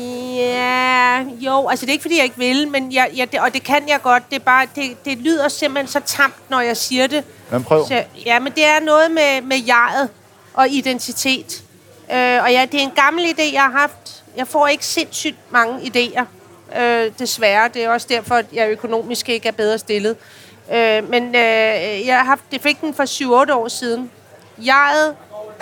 Speaker 4: ja, jo. Altså, det er ikke, fordi jeg ikke vil, men jeg, jeg, det, og det kan jeg godt. Det, er bare, det, det lyder simpelthen så tamt, når jeg siger det.
Speaker 2: Men prøv.
Speaker 4: Så, ja, men det er noget med, med jeget og identitet. Øh, og ja, det er en gammel idé, jeg har haft. Jeg får ikke sindssygt mange idéer, øh, desværre. Det er også derfor, at jeg økonomisk ikke er bedre stillet. Øh, men øh, jeg har haft, det fik den for syv otte år siden. Jeget,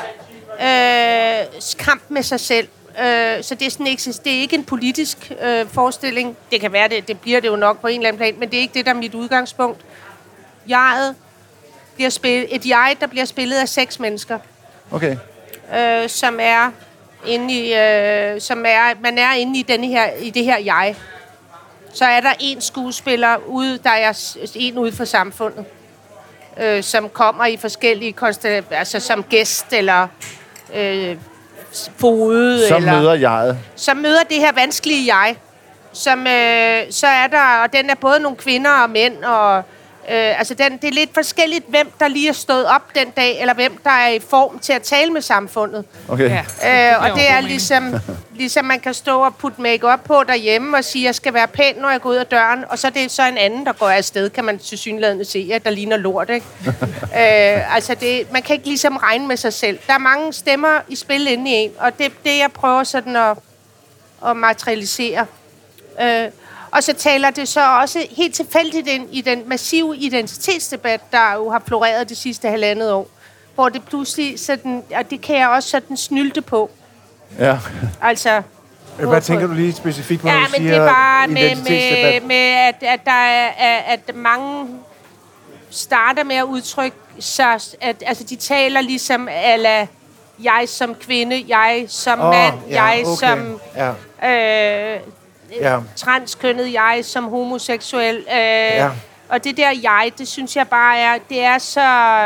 Speaker 4: øh, kamp med sig selv. Øh, så det er, sådan, det er ikke en politisk øh, forestilling. Det kan være det, det bliver det jo nok på en eller anden plan, men det er ikke det, der er mit udgangspunkt. Jeget bliver spillet, et jeg, der bliver spillet af seks mennesker.
Speaker 2: Okay.
Speaker 4: Øh, som er inde i, øh, som er, man er inde i denne her, i det her jeg. Så er der en skuespiller ude, der er en ude for samfundet, øh, som kommer i forskellige konstellationer, altså som gæst eller øh, fode.
Speaker 2: Så
Speaker 4: eller,
Speaker 2: møder jeget.
Speaker 4: Som møder det her vanskelige jeg. Som, øh, så er der, og den er både nogle kvinder og mænd, og Øh, altså den, det er lidt forskelligt, hvem der lige er stået op den dag, eller hvem der er i form til at tale med samfundet.
Speaker 2: Okay.
Speaker 5: Ja.
Speaker 4: Øh, og det er ligesom, ligesom man kan stå og putte make-up på derhjemme og sige, at jeg skal være pæn, når jeg går ud af døren. Og så er det så en anden, der går afsted, kan man tilsyneladende se, at der ligner lort, ikke? øh, altså det, man kan ikke ligesom regne med sig selv. Der er mange stemmer i spil inde i en, og det er det, jeg prøver sådan at, at materialisere. Øh, Og så taler det så også helt tilfældigt ind i den massive identitetsdebat, der jo har floreret det sidste halvandet år. Hvor det pludselig sådan, og det kan jeg også sådan snylte på.
Speaker 2: Ja.
Speaker 4: Altså...
Speaker 3: Hvad tænker du lige specifikt på,
Speaker 4: ja,
Speaker 3: når du
Speaker 4: men
Speaker 3: siger
Speaker 4: det er bare med, med,
Speaker 3: identitetsdebat?
Speaker 4: med at, at, der er, at mange starter med at udtrykke sig, at altså, de taler ligesom ala jeg som kvinde, jeg som
Speaker 3: Oh,
Speaker 4: mand,
Speaker 3: ja,
Speaker 4: jeg
Speaker 3: okay.
Speaker 4: som...
Speaker 3: Ja.
Speaker 4: Øh,
Speaker 3: Ja.
Speaker 4: transkønnet jeg som homoseksuel. Øh,
Speaker 3: Ja.
Speaker 4: Og det der jeg, det synes jeg bare er, det er så...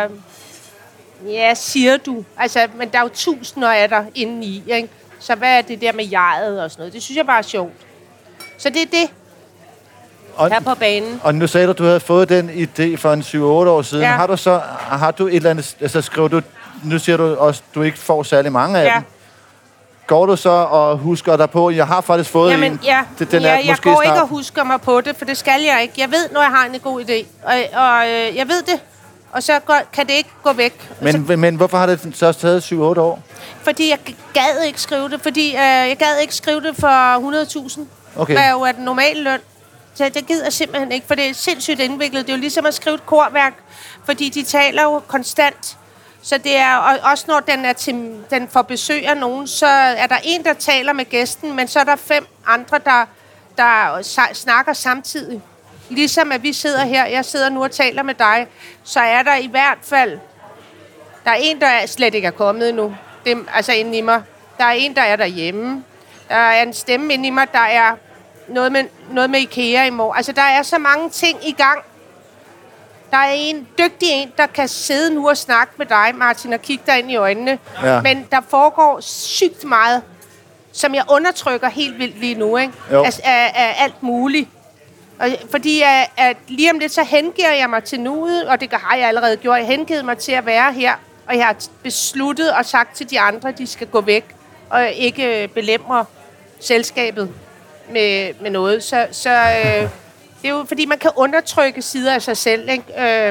Speaker 4: Ja, siger du. Altså, men der er jo tusinder af der inde i, ikke? Så hvad er det der med jeget og sådan noget? Det synes jeg bare er sjovt. Så det er det,
Speaker 2: Og,
Speaker 4: her på banen.
Speaker 2: og nu sagde du, at du havde fået den idé for en syv otte år siden.
Speaker 4: Ja.
Speaker 2: Har du så, har du et eller andet, altså skriver du, nu siger du også, du ikke får særlig mange af
Speaker 4: Ja.
Speaker 2: dem. Går du så og husker dig på, jeg har faktisk fået
Speaker 4: Jamen,
Speaker 2: en.
Speaker 4: ja,
Speaker 2: Det- den er
Speaker 4: ja jeg
Speaker 2: måske
Speaker 4: går ikke
Speaker 2: snart-
Speaker 4: og husker mig på det, for det skal jeg ikke. Jeg ved, når jeg har en god idé. Og, og øh, jeg ved det. Og så går, kan det ikke gå væk. Og så,
Speaker 2: Men, men hvorfor har det så taget syv otte år?
Speaker 4: fordi jeg gad ikke skrive det. Fordi øh, jeg gad ikke skrive det for hundrede tusind.
Speaker 2: Okay.
Speaker 4: Hvad jo er den normale løn. Så det gider jeg simpelthen ikke, for det er sindssygt indviklet. Det er jo ligesom at skrive et korværk, fordi de taler jo konstant. Så det er og også når den er til, den får besøg af nogen, så er der en, der taler med gæsten, men så er der fem andre, der, der snakker samtidig. Ligesom at vi sidder her, jeg sidder nu og taler med dig, så er der i hvert fald, der er en, der slet ikke er kommet endnu. Det, altså inde i mig. Der er en, der er derhjemme. Der er en stemme inde i mig, der er noget med, noget med IKEA i morgen. Altså der er så mange ting i gang. Der er en dygtig en, der kan sidde nu og snakke med dig, Martin, og kigge dig ind i øjnene.
Speaker 2: Ja.
Speaker 4: Men der foregår sygt meget, som jeg undertrykker helt vildt lige nu, ikke?
Speaker 2: Jo.
Speaker 4: Altså, af, af alt muligt. Og, fordi at, at lige om lidt, så hengiver jeg mig til nuet, og det har jeg allerede gjort. Jeg hengivet mig til at være her, og jeg har besluttet og sagt til de andre, at de skal gå væk, og ikke belemre selskabet med, med noget. Så... så øh, det er jo, fordi man kan undertrykke sider af sig selv, ikke? Øh,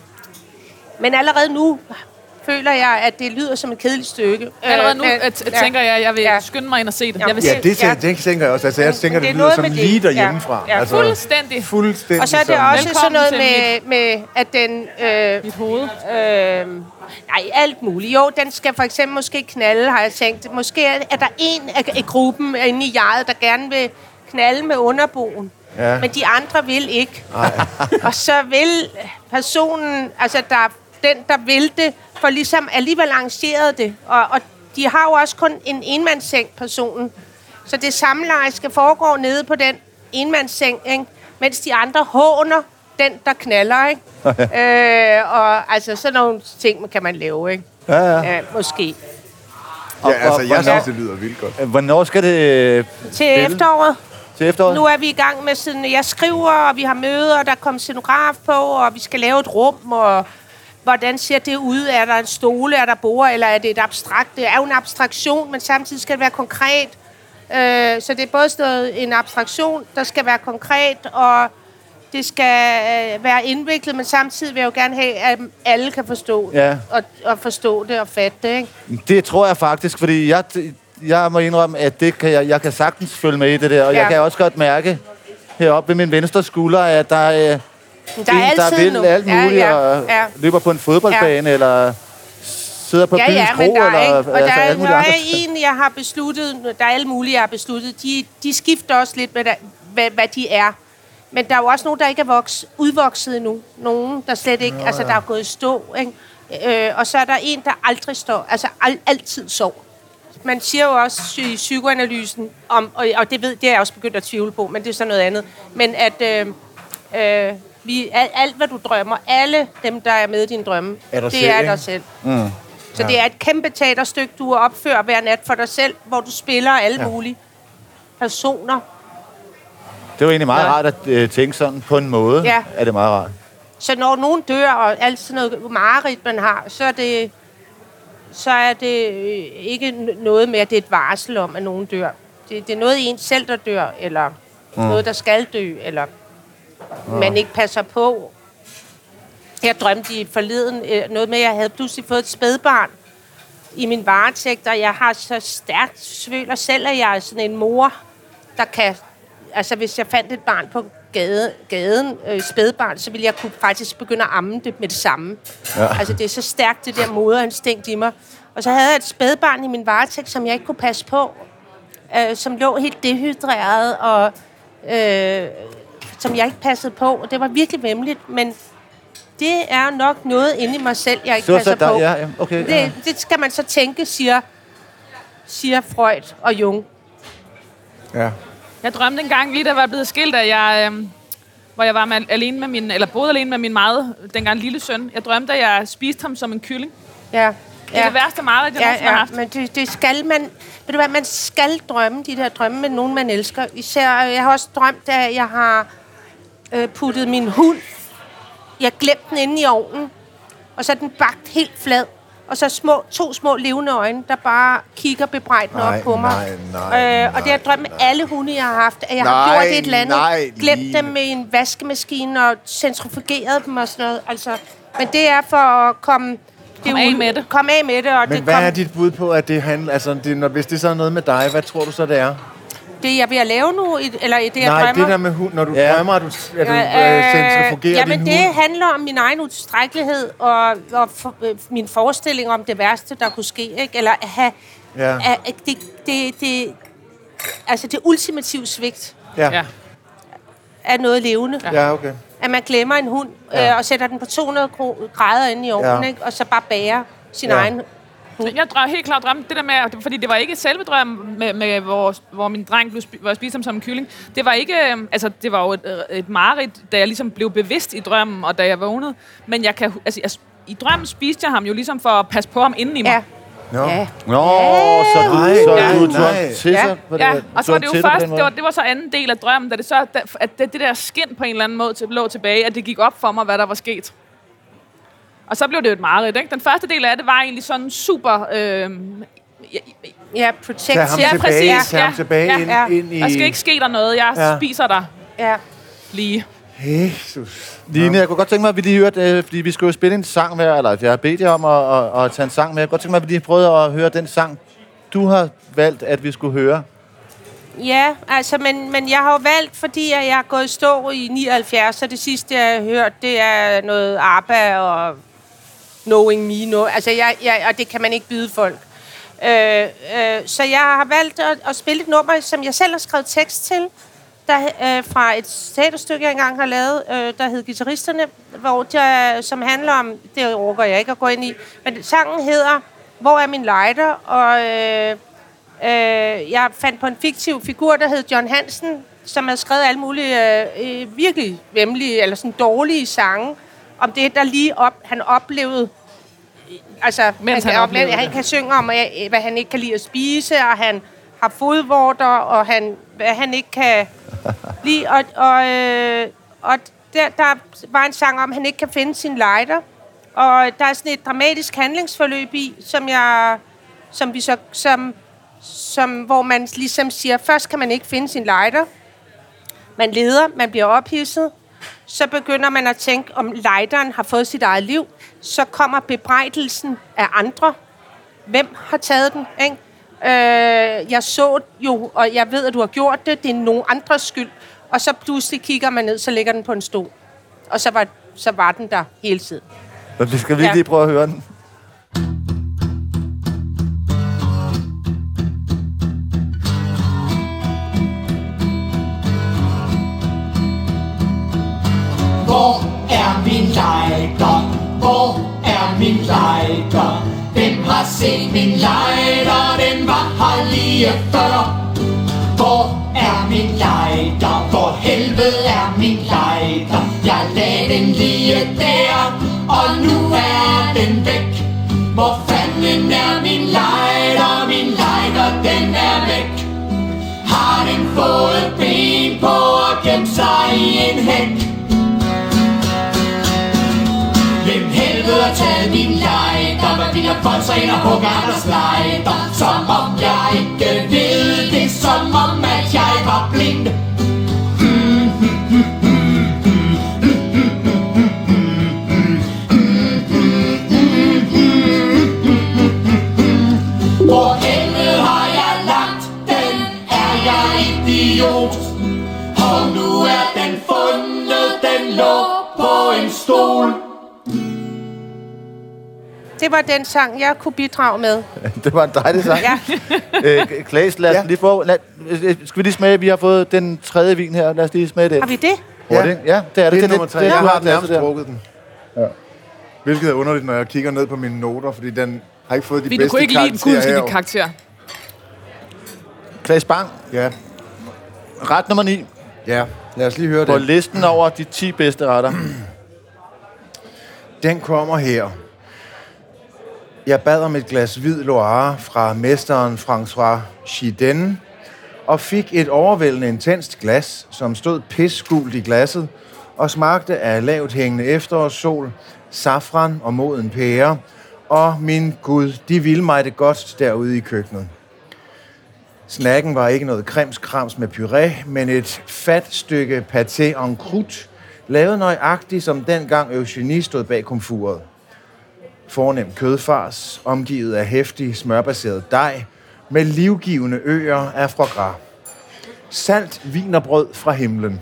Speaker 4: men allerede nu føler jeg, at det lyder som et kedeligt stykke.
Speaker 5: Allerede nu
Speaker 4: Øh,
Speaker 5: øh, t- tænker jeg, at jeg vil
Speaker 4: Ja.
Speaker 5: skynde mig ind og se det.
Speaker 4: Ja.
Speaker 5: Jeg vil
Speaker 3: Ja,
Speaker 5: se
Speaker 3: det,
Speaker 5: det.
Speaker 3: tænker, det tænker jeg også. Altså, jeg tænker,
Speaker 4: Men
Speaker 3: det,
Speaker 4: det er
Speaker 3: det lyder
Speaker 4: noget
Speaker 3: som
Speaker 4: med det.
Speaker 3: lige derhjemmefra.
Speaker 4: Ja. Ja,
Speaker 3: Altså,
Speaker 5: Fuldstændig.
Speaker 3: fuldstændig
Speaker 4: Og så er det
Speaker 3: sådan.
Speaker 4: også sådan
Speaker 5: Velkommen
Speaker 4: noget med, med, at den... Øh,
Speaker 5: Mit hoved.
Speaker 4: øh, nej, alt muligt. Jo, den skal for eksempel måske knalde, har jeg tænkt. Måske er, er der en af, af gruppen inde i jeget, der gerne vil knalde med underboen.
Speaker 3: Ja.
Speaker 4: Men de andre vil ikke. Og så vil personen, altså der, den, der vil det, for ligesom alligevel arrangeret det. Og, og de har jo også kun en enmandsseng, personen. Så det samleje skal foregå nede på den enmandsseng, ikke? Mens de andre håner den, der knaller, ikke? øh, og altså sådan nogle ting kan man lave, ikke?
Speaker 2: Ja, ja.
Speaker 4: Ja, måske.
Speaker 2: Og,
Speaker 3: Ja, altså,
Speaker 2: og,
Speaker 3: jeg
Speaker 2: hvornår,
Speaker 3: synes, det lyder vildt godt.
Speaker 2: hvornår skal det
Speaker 4: Til
Speaker 2: spille?
Speaker 4: efteråret.
Speaker 2: Til efteråret?
Speaker 4: Nu er vi i gang med sådan, jeg skriver, og vi har møder, og der kommer scenograf på, og vi skal lave et rum, og hvordan ser det ud? Er der en stole, er der bord, eller er det et abstrakt? Det er jo en abstraktion, men samtidig skal det være konkret. Øh, så det er både noget, en abstraktion, der skal være konkret, og det skal øh, være indviklet, men samtidig vil jeg jo gerne have, at alle kan forstå det,
Speaker 2: Ja.
Speaker 4: og, og forstå det og fatte det, ikke?
Speaker 2: Det tror jeg faktisk, fordi jeg, jeg må indrømme, at det kan jeg, jeg kan sagtens følge med i det der, og ja. jeg kan også godt mærke heroppe ved min venstre skulder, at der er
Speaker 4: Der er
Speaker 2: en, der
Speaker 4: altid
Speaker 2: vil
Speaker 4: noget.
Speaker 2: alt muligt,
Speaker 4: Ja, ja,
Speaker 2: og
Speaker 4: ja.
Speaker 2: løber på en fodboldbane, ja. eller sidder på
Speaker 4: Ja,
Speaker 2: byens
Speaker 4: ja,
Speaker 2: kro,
Speaker 4: men der er
Speaker 2: eller
Speaker 4: ikke, og
Speaker 2: altså,
Speaker 4: der,
Speaker 2: alt
Speaker 4: er,
Speaker 2: muligt
Speaker 4: der
Speaker 2: andet.
Speaker 4: er en, jeg har besluttet, der er alle mulige, jeg har besluttet, de, de skifter også lidt, hvad, der, hvad, hvad de er. Men der er jo også nogen, der ikke er voks, udvokset endnu. Nogen, der slet ikke, Nå, altså der er gået i stå, ikke? Øh, og så er der en, der aldrig står, altså al, altid sov. Man siger jo også i psykoanalysen, om, og, og det ved det er jeg også begyndt at tvivle på, men det er så noget andet. Men at øh, øh, vi, alt, alt, hvad du drømmer, alle dem, der er med i dine drømme,
Speaker 3: Er dig
Speaker 4: det
Speaker 3: selv,
Speaker 4: er
Speaker 3: ikke?
Speaker 4: dig selv.
Speaker 2: Mm.
Speaker 4: Så ja. det er et kæmpe teaterstykke, du opfører hver nat for dig selv, hvor du spiller alle ja. mulige personer.
Speaker 2: Det var egentlig meget
Speaker 4: Ja.
Speaker 2: rart at øh, tænke sådan på en måde.
Speaker 4: Ja.
Speaker 2: Er det meget rart.
Speaker 4: Så når nogen dør, og alt sådan noget mareridt, man har, så er det, så er det øh, ikke n- noget med, at det er et varsel om, at nogen dør. Det, det er noget i en selv, der dør, eller mm. noget, der skal dø, eller mm. man ikke passer på. Jeg drømte i forleden øh, noget med, at jeg havde pludselig fået et spædbarn i min varetægt, og jeg har så stærkt føler selv, at jeg er sådan en mor, der kan... Altså, hvis jeg fandt et barn på gade, gaden, øh, spædbarn, så ville jeg kunne faktisk begynde at amme det med det samme. Ja. Altså, det er så stærkt, det der moderinstinkt i mig. Og så havde jeg et spædbarn i min varetægt, som jeg ikke kunne passe på, øh, som lå helt dehydreret, og øh, som jeg ikke passede på. Og det var virkelig væmmeligt, men det er nok noget inde i mig selv, jeg ikke
Speaker 2: Så,
Speaker 4: passer
Speaker 2: så der,
Speaker 4: på.
Speaker 2: ja, ja, okay, ja.
Speaker 4: Det, det skal man så tænke, siger, siger Freud og Jung.
Speaker 3: Ja.
Speaker 5: Jeg drømte engang, lige da jeg var blevet skilt, at jeg, øh, hvor jeg var med, alene med min, eller boede alene med min meget, dengang lille søn. Jeg drømte, at jeg spiste ham som en kylling.
Speaker 4: Ja.
Speaker 5: Det er det værste meget, jeg
Speaker 4: ja,
Speaker 5: nogensinde har
Speaker 4: ja,
Speaker 5: haft.
Speaker 4: men det, det skal man... Ved du hvad, man skal drømme de der drømme med nogen, man elsker. Især, jeg har også drømt, at jeg har øh, puttet min hund... Jeg glemte den inde i ovnen, og så er den bagt helt flad. Og så små, to små levende øjne, der bare kigger bebrejdende op på mig.
Speaker 3: Nej, nej,
Speaker 4: øh, og det har jeg drømt med alle hunde, jeg har haft. At jeg
Speaker 3: Nej,
Speaker 4: har gjort det et eller andet.
Speaker 3: nej,
Speaker 4: Glemt
Speaker 3: Line.
Speaker 4: dem med en vaskemaskine og centrifugeret dem og sådan noget. Altså, men det er for at komme...
Speaker 5: Kom af med det.
Speaker 4: Kom af med det. Og
Speaker 3: Men
Speaker 4: det
Speaker 3: hvad
Speaker 4: kom,
Speaker 3: er dit bud på, at det handler... Altså, det, når, hvis det så er noget med dig, hvad tror du så, det er?
Speaker 4: det, jeg er ved at lave nu, i- eller i det, jeg
Speaker 3: Nej,
Speaker 4: drømmer...
Speaker 3: det der med hund, når du
Speaker 2: Ja.
Speaker 3: ja. drømmer, at du, at du
Speaker 4: Ja,
Speaker 3: øh, centrifugerer
Speaker 4: jamen,
Speaker 3: din
Speaker 4: det
Speaker 3: hund.
Speaker 4: handler om min egen utilstrækkelighed og, og for, øh, min forestilling om det værste, der kunne ske, ikke? Eller at have...
Speaker 3: Ja.
Speaker 4: At, at det, det, det, altså det ultimative svigt
Speaker 3: Ja.
Speaker 5: Ja.
Speaker 4: af noget levende. Ja.
Speaker 3: Ja, okay.
Speaker 4: At man glemmer en hund
Speaker 3: Ja.
Speaker 4: øh, og sætter den på to hundrede grader inde i ovnen,
Speaker 3: Ja.
Speaker 4: ikke? Og så bare bager sin
Speaker 3: Ja.
Speaker 4: egen...
Speaker 5: Jeg drøm, helt klart drømte det der med, fordi det var ikke selve drømmen, med, med, hvor, hvor min dreng blev spi, hvor jeg spiste ham som en kylling. Det var ikke, øh, altså det var jo et, et mareridt, da jeg ligesom blev bevidst i drømmen, og da jeg vågnede. Men jeg kan, altså jeg, i drømmen spiste jeg ham jo ligesom for at passe på ham inden i mig.
Speaker 4: Ja.
Speaker 3: Nå.
Speaker 4: Ja.
Speaker 2: Nå, så du,
Speaker 3: Nej,
Speaker 2: så
Speaker 5: ja.
Speaker 2: du tog
Speaker 3: Nej.
Speaker 2: ham til
Speaker 4: Ja.
Speaker 2: sig på det,
Speaker 5: Ja,
Speaker 2: du
Speaker 5: og så
Speaker 2: tog
Speaker 5: var
Speaker 2: ham
Speaker 5: det jo
Speaker 2: til dig på
Speaker 5: først,
Speaker 2: den
Speaker 5: det
Speaker 2: måde?
Speaker 5: var, det var så anden del af drømmen, da det så, da, at det, det der skin på en eller anden måde til, lå tilbage, at det gik op for mig, hvad der var sket. Og så blev det jo et mareridt, ikke? Den første del af det var egentlig sådan super... Øh, ja,
Speaker 4: Ja, protect.
Speaker 3: Tag ham
Speaker 5: ja,
Speaker 3: tilbage,
Speaker 5: præcis.
Speaker 3: tag ham
Speaker 5: Ja,
Speaker 3: tilbage
Speaker 5: ja,
Speaker 3: ind,
Speaker 4: ja.
Speaker 3: ind i...
Speaker 5: der skal ikke ske der noget, jeg
Speaker 3: Ja.
Speaker 5: spiser dig
Speaker 4: Ja.
Speaker 5: lige.
Speaker 3: Jesus.
Speaker 2: Line, jeg kunne godt tænke mig, at vi lige hørte, øh, fordi vi skulle jo spille en sang med, eller jeg har bedt jer om at, at, at tage en sang med. Jeg kunne godt tænke mig, at vi lige prøvede at høre den sang, du har valgt, at vi skulle høre.
Speaker 4: Ja, altså, men, men jeg har jo valgt, fordi at jeg har gået i stå i nioghalvfjerds, så det sidste, jeg har hørt, det er noget ABBA og Knowing Me. No. Altså, jeg, jeg, og det kan man ikke byde folk. Øh, øh, så jeg har valgt at, at spille et nummer, som jeg selv har skrevet tekst til, der, øh, fra et teaterstykke, jeg engang har lavet, øh, der hedder Guitaristerne, hvor der, som handler om, det overgår jeg ikke at gå ind i, men sangen hedder Hvor er min lighter? Og øh, øh, jeg fandt på en fiktiv figur, der hed John Hansen, som havde skrevet alle mulige øh, virkelig vemmelige, eller sådan dårlige sange, om det, der lige op, han oplevede altså,
Speaker 5: Mens
Speaker 4: han,
Speaker 5: han
Speaker 4: han,
Speaker 5: oplever
Speaker 4: han, han
Speaker 5: det.
Speaker 4: kan synge om, øh, hvad han ikke kan lide at spise, og han har fodvorter, og han, hvad han ikke kan lide. Og, og, øh, og der, der var en sang om, at han ikke kan finde sin lighter. Og der er sådan et dramatisk handlingsforløb i, som jeg, som vi så, som, som, hvor man ligesom siger, først kan man ikke finde sin lighter. Man leder, man bliver ophidset. Så begynder man at tænke, om lighteren har fået sit eget liv. Så kommer bebrejdelsen af andre. Hvem har taget den, ikke? Øh, jeg så jo, og jeg ved, at du har gjort det. Det er nogen andres skyld. Og så pludselig kigger man ned, så ligger den på en stol. Og så var, så var den der hele tiden.
Speaker 2: Men vi skal virkelig lige prøve at høre den.
Speaker 6: Hvor er min lighter? Hvor er min lighter? Hvem har set min lighter? Den var her lige før. Hvor er min lighter? Hvor helvede er min lighter? Jeg lagde den lige der, og nu er den væk. Hvor fanden er min lighter? Min lighter, den er væk. Har den fået ben på og gemt sig i en hæk? Hvem helvede har taget min lighter? Hvad vil jeg folde sig ind og hugge andres lighter? Som om jeg ikke ved det, som om at jeg var blind. Hvor helvede har jeg lagt den? Er jeg idiot? Og nu er den fundet, den lå på en stol.
Speaker 4: Det var den sang, jeg kunne bidrage med.
Speaker 2: Det var en dejlig sang.
Speaker 4: Ja.
Speaker 2: øh, Claes, lad os ja. lige få... Lad, skal vi lige smage? Vi har fået den tredje vin her. Lad os lige smage den.
Speaker 4: Har vi det?
Speaker 2: Ja, det, ja, det er det.
Speaker 3: Det er
Speaker 2: det,
Speaker 3: nummer
Speaker 2: det,
Speaker 3: tre.
Speaker 2: det,
Speaker 3: Jeg
Speaker 2: du
Speaker 3: har
Speaker 2: glasset
Speaker 3: nærmest
Speaker 2: der.
Speaker 3: drukket den.
Speaker 2: Ja.
Speaker 3: Hvilket er underligt, når jeg kigger ned på mine noter, fordi den har ikke fået de
Speaker 5: Vi
Speaker 3: bedste
Speaker 5: du kunne ikke lide den,
Speaker 3: karakterer
Speaker 5: kunne
Speaker 3: her.
Speaker 5: give karakter.
Speaker 2: Claes Bang,
Speaker 3: Ja,
Speaker 2: ret nummer ni.
Speaker 3: ja. Lad os lige høre
Speaker 2: På
Speaker 3: det.
Speaker 2: listen over de ti bedste retter.
Speaker 3: Den kommer her. Jeg bad om et glas hvid Loire fra mesteren François Chidenne, og fik et overvældende intenst glas, som stod pisgult i glasset, og smagte af lavt hængende efterårssol, safran og moden pære, og min Gud, de ville mig det godt derude i køkkenet. Snacken var ikke noget kremskrams med puré, men et fat stykke pâté en croûte, lavet nøjagtigt som dengang Eugenie stod bag komfuret. Fornem kødfars, omgivet af heftig smørbaseret dej, med livgivende øer af foie gras. Salt wienerbrød fra himlen.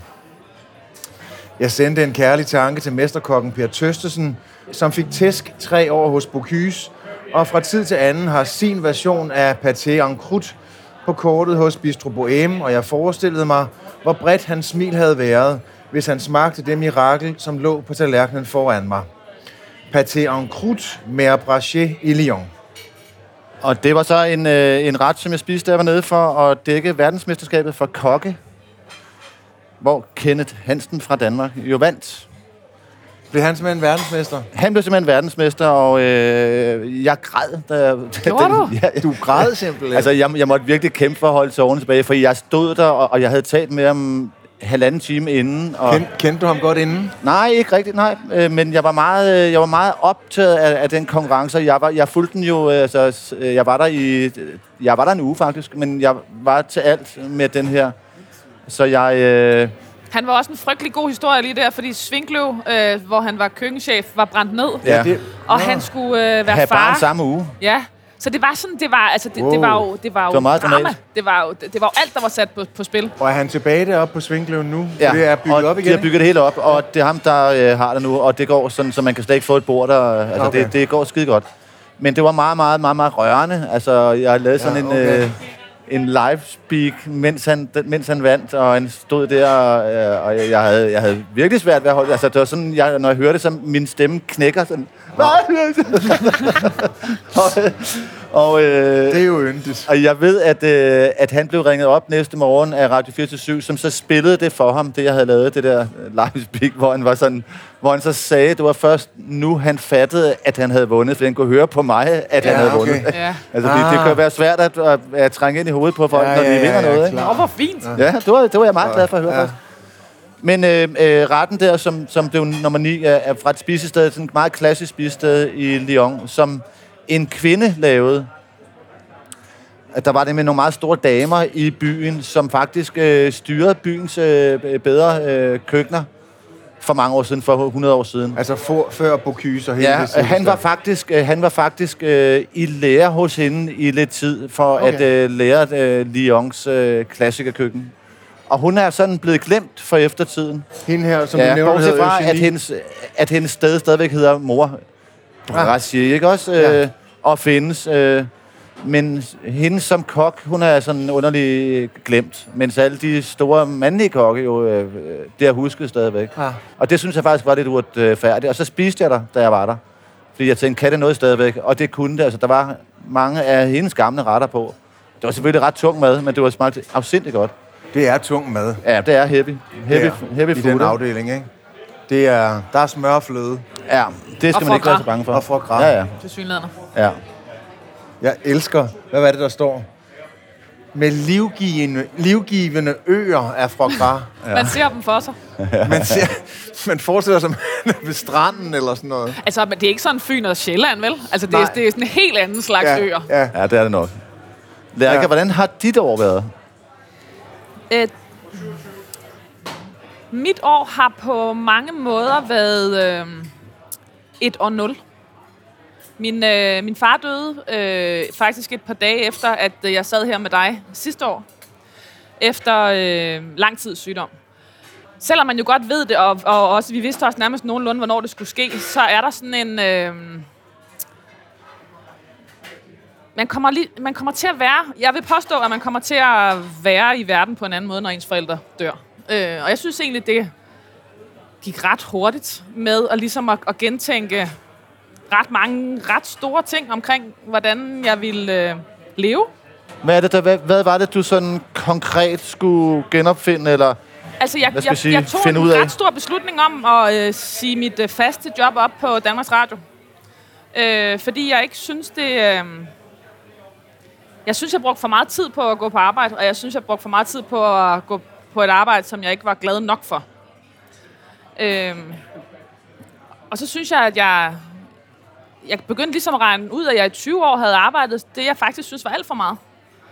Speaker 3: Jeg sendte en kærlig tanke til mesterkokken Per Tøstesen, som fik tæsk tre år hos Bocuse, og fra tid til anden har sin version af pâté en croûte på kortet hos Bistro Bohème, og jeg forestillede mig, hvor bredt hans smil havde været, hvis han smagte det mirakel, som lå på tallerkenen foran mig. Pâté en croûte med braché i Lyon.
Speaker 2: Og det var så en, øh, en ret, som jeg spiste, der var nede for at dække verdensmesterskabet for kokke, hvor Kenneth Hansen fra Danmark jo vandt.
Speaker 3: Blev han simpelthen verdensmester?
Speaker 2: Han blev simpelthen verdensmester, og øh, jeg græd. Da,
Speaker 5: Gjorde du?
Speaker 2: Ja,
Speaker 3: Du græd simpelthen.
Speaker 2: altså, jeg, jeg måtte virkelig kæmpe for at holde tårerne tilbage, for jeg stod der, og, og jeg havde talt med ham halvanden time inden. Og
Speaker 3: Kend, kendte du ham godt inden?
Speaker 2: nej, ikke rigtigt, nej. Øh, men jeg var meget, øh, jeg var meget optaget af, af den konkurrence. Jeg var, jeg fulgte den jo, øh, altså, s- øh, jeg var der i, jeg var der en uge faktisk, men jeg var til alt med den her. Så jeg, øh,
Speaker 5: Han var også en frygtelig god historie lige der, fordi Svinkløv, øh, hvor han var køkkenchef, var brændt ned.
Speaker 2: ja,
Speaker 3: det,
Speaker 5: Og han skulle øh, være
Speaker 2: have
Speaker 5: far.
Speaker 2: barn samme uge.
Speaker 5: Ja, så det var sådan, det var, altså, det,
Speaker 3: Wow.
Speaker 5: det var jo, det var jo
Speaker 2: Det var meget
Speaker 5: drama.
Speaker 2: dramatisk.
Speaker 5: Det var jo, det, det var jo alt, der var sat på, på spil.
Speaker 3: og er han tilbage deroppe på Svinkløven nu? Ja. Det er bygget
Speaker 2: og
Speaker 3: op igen?
Speaker 2: de har bygget det hele op, og det er ham, der øh, har det nu, og det går sådan, så man kan slet ikke få et bord der. Altså,
Speaker 3: Okay.
Speaker 2: det, det går skide godt. Men det var meget, meget, meget, meget rørende. Altså, jeg lavede sådan
Speaker 3: Ja, okay.
Speaker 2: en, øh, en live speak, mens han, mens han vandt, og han stod der, øh, og jeg, jeg, havde, jeg havde virkelig svært ved at holde. Altså, det var sådan, jeg, når jeg hørte det, så min stemme knækker sådan. og, og, øh,
Speaker 3: Det er jo yndigt.
Speaker 2: og jeg ved, at, øh, at han blev ringet op næste morgen af Radio fireogtyve syv, som så spillede det for ham, det jeg havde lavet, det der live speak, hvor han var sådan, hvor han så sagde, det var først nu, han fattede, at han havde vundet, for han kunne høre på mig, at ja, han havde
Speaker 3: okay.
Speaker 2: vundet.
Speaker 5: Ja.
Speaker 2: Altså, ah. det, det kan være svært at, at, at trænge ind i hovedet på folk, ja, når de ja, vinder ja, noget. Ikke?
Speaker 5: Åh, hvor fint.
Speaker 2: Ja, ja det, var, det var jeg meget glad for at høre. Ja. Men øh, øh, retten der, som, som blev nummer ni, er, er fra et spisested, sådan et meget klassisk spisested i Lyon, som en kvinde lavede. At der var det med nogle meget store damer i byen, som faktisk øh, styrede byens øh, bedre øh, køkkener for mange år siden, for hundrede år siden.
Speaker 3: Altså for, før Bocuse og hele
Speaker 2: ja, det han var faktisk, øh, han var faktisk øh, i lære hos hende i lidt tid, for okay. at øh, lære øh, Lyons øh, klassikerkøkken. Og hun er sådan blevet glemt for eftertiden.
Speaker 3: Hende her, som
Speaker 2: ja,
Speaker 3: du nævner,
Speaker 2: bortset fra, at hendes, at hendes sted stadigvæk hedder Mor Brasserie, ikke også? Ja. Øh, og findes. Øh, men hende som kok, hun er sådan underligt glemt. Mens alle de store mandlige kokke jo, øh, det er husket stadigvæk. Ja. Og det synes jeg faktisk var lidt uretfærdigt. Og så spiste jeg der, da jeg var der. Fordi jeg tænkte, kan det noget stadigvæk? Og det kunne det. Altså, der var mange af hendes gamle retter på. Det var selvfølgelig ret tung mad, men det var smagt afsindigt godt.
Speaker 3: Det er tung mad.
Speaker 2: Ja, det er heavy. Heavy,
Speaker 3: ja,
Speaker 2: heavy
Speaker 3: i
Speaker 2: food.
Speaker 3: den afdeling, ikke? Det er, der er smør og fløde.
Speaker 2: Ja, det skal man ikke være så bange for.
Speaker 3: Og for græn.
Speaker 2: Ja, ja.
Speaker 5: Til synlædende.
Speaker 2: Ja.
Speaker 3: Jeg elsker, hvad var det, der står? Med livgivende, livgivende øer af foie gras.
Speaker 5: Ja. Man ser dem for sig.
Speaker 3: Ja. Man, ser, man forestiller sig ved stranden eller sådan noget.
Speaker 5: Altså, det er ikke sådan Fyn og Sjælland, vel? Altså, det er, det er sådan en helt anden slags
Speaker 3: ja,
Speaker 5: øer.
Speaker 2: Ja. ja, det er det nok. Lærke, ja. Hvordan har dit år været?
Speaker 5: Et, mit år har på mange måder været øh, et og nul. Min, øh, min far døde øh, faktisk et par dage efter, at jeg sad her med dig sidste år. Efter øh, lang tids sygdom. Selvom man jo godt ved det, og, og også vi vidste også nærmest nogenlunde, hvornår det skulle ske, så er der sådan en... Øh, man, kommer li, man kommer til at være... Jeg vil påstå, at man kommer til at være i verden på en anden måde, når ens forældre dør. Øh, og jeg synes egentlig, det gik ret hurtigt med at, ligesom at, at gentænke ret mange ret store ting omkring, hvordan jeg ville øh, leve.
Speaker 2: Hvad, er det der, hvad, hvad var det, du sådan konkret skulle genopfinde, eller
Speaker 5: altså, jeg,
Speaker 2: hvad skal
Speaker 5: jeg,
Speaker 2: sige,
Speaker 5: jeg tog
Speaker 2: finde
Speaker 5: en
Speaker 2: ud af?
Speaker 5: ret stor beslutning om at øh, sige mit øh, faste job op på Danmarks Radio. Øh, fordi jeg ikke synes, det... Øh, jeg synes, jeg brugte for meget tid på at gå på arbejde, og jeg synes, jeg brugte for meget tid på at gå på et arbejde, som jeg ikke var glad nok for. Øh, og så synes jeg, at jeg... Jeg begyndte ligesom at regne ud, at jeg i tyve år havde arbejdet det, jeg faktisk synes var alt for meget.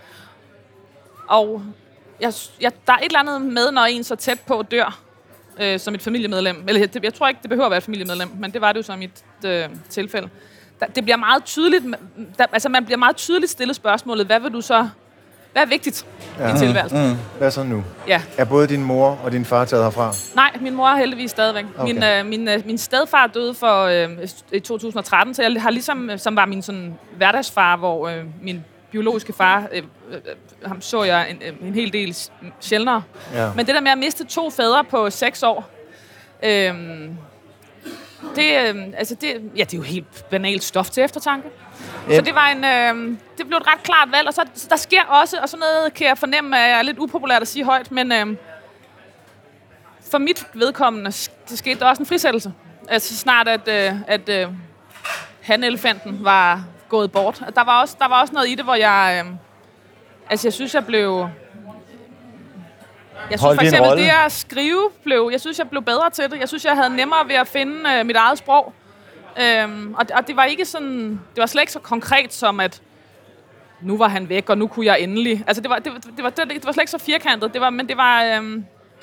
Speaker 5: Og jeg, jeg, der er et eller andet med, når en så tæt på dør, øh, som et familiemedlem. Eller jeg, jeg tror ikke, det behøver at være et familiemedlem, men det var det jo som i et øh, tilfælde. Der, det bliver meget tydeligt, der, altså man bliver meget tydeligt stillet spørgsmålet, hvad vil du så, hvad er vigtigt ja. i tilværelsen? Mm, mm.
Speaker 3: Hvad så nu?
Speaker 5: Ja.
Speaker 3: Er både din mor og din far taget herfra?
Speaker 5: Nej, min mor er heldigvis stadigvæk. Okay. Min, øh, min, øh, min stedfar døde for øh, i to tusind og tretten, så jeg har ligesom, som var min sådan hverdagsfar, hvor øh, min biologiske far, øh, øh, ham så jeg en, øh, en hel del sjældnere. Ja. Men det der med at miste to fædre på seks år, øh, det, øh, altså det, ja, det er jo helt banalt stof til eftertanke. Yep. Så det var en, øh, det blev et ret klart valg, og så der sker også, og sådan noget kan jeg fornemme, at jeg er lidt upopulært at sige højt, men øh, for mit vedkommende, det skete der også en frisættelse. Altså snart, at, øh, at øh, hanelefanten var gået bort. Der var, også, der var også noget i det, hvor jeg, øh, altså jeg synes, jeg blev... Jeg synes for eksempel, det at skrive blev... Jeg synes, jeg blev bedre til det. Jeg synes, jeg havde nemmere ved at finde øh, mit eget sprog. Øhm, og, og det var ikke sådan... Det var slet ikke så konkret som, at nu var han væk, og nu kunne jeg endelig... Altså, det var, det, det var, det, det var slet ikke så firkantet. Det var, men det var... Øhm,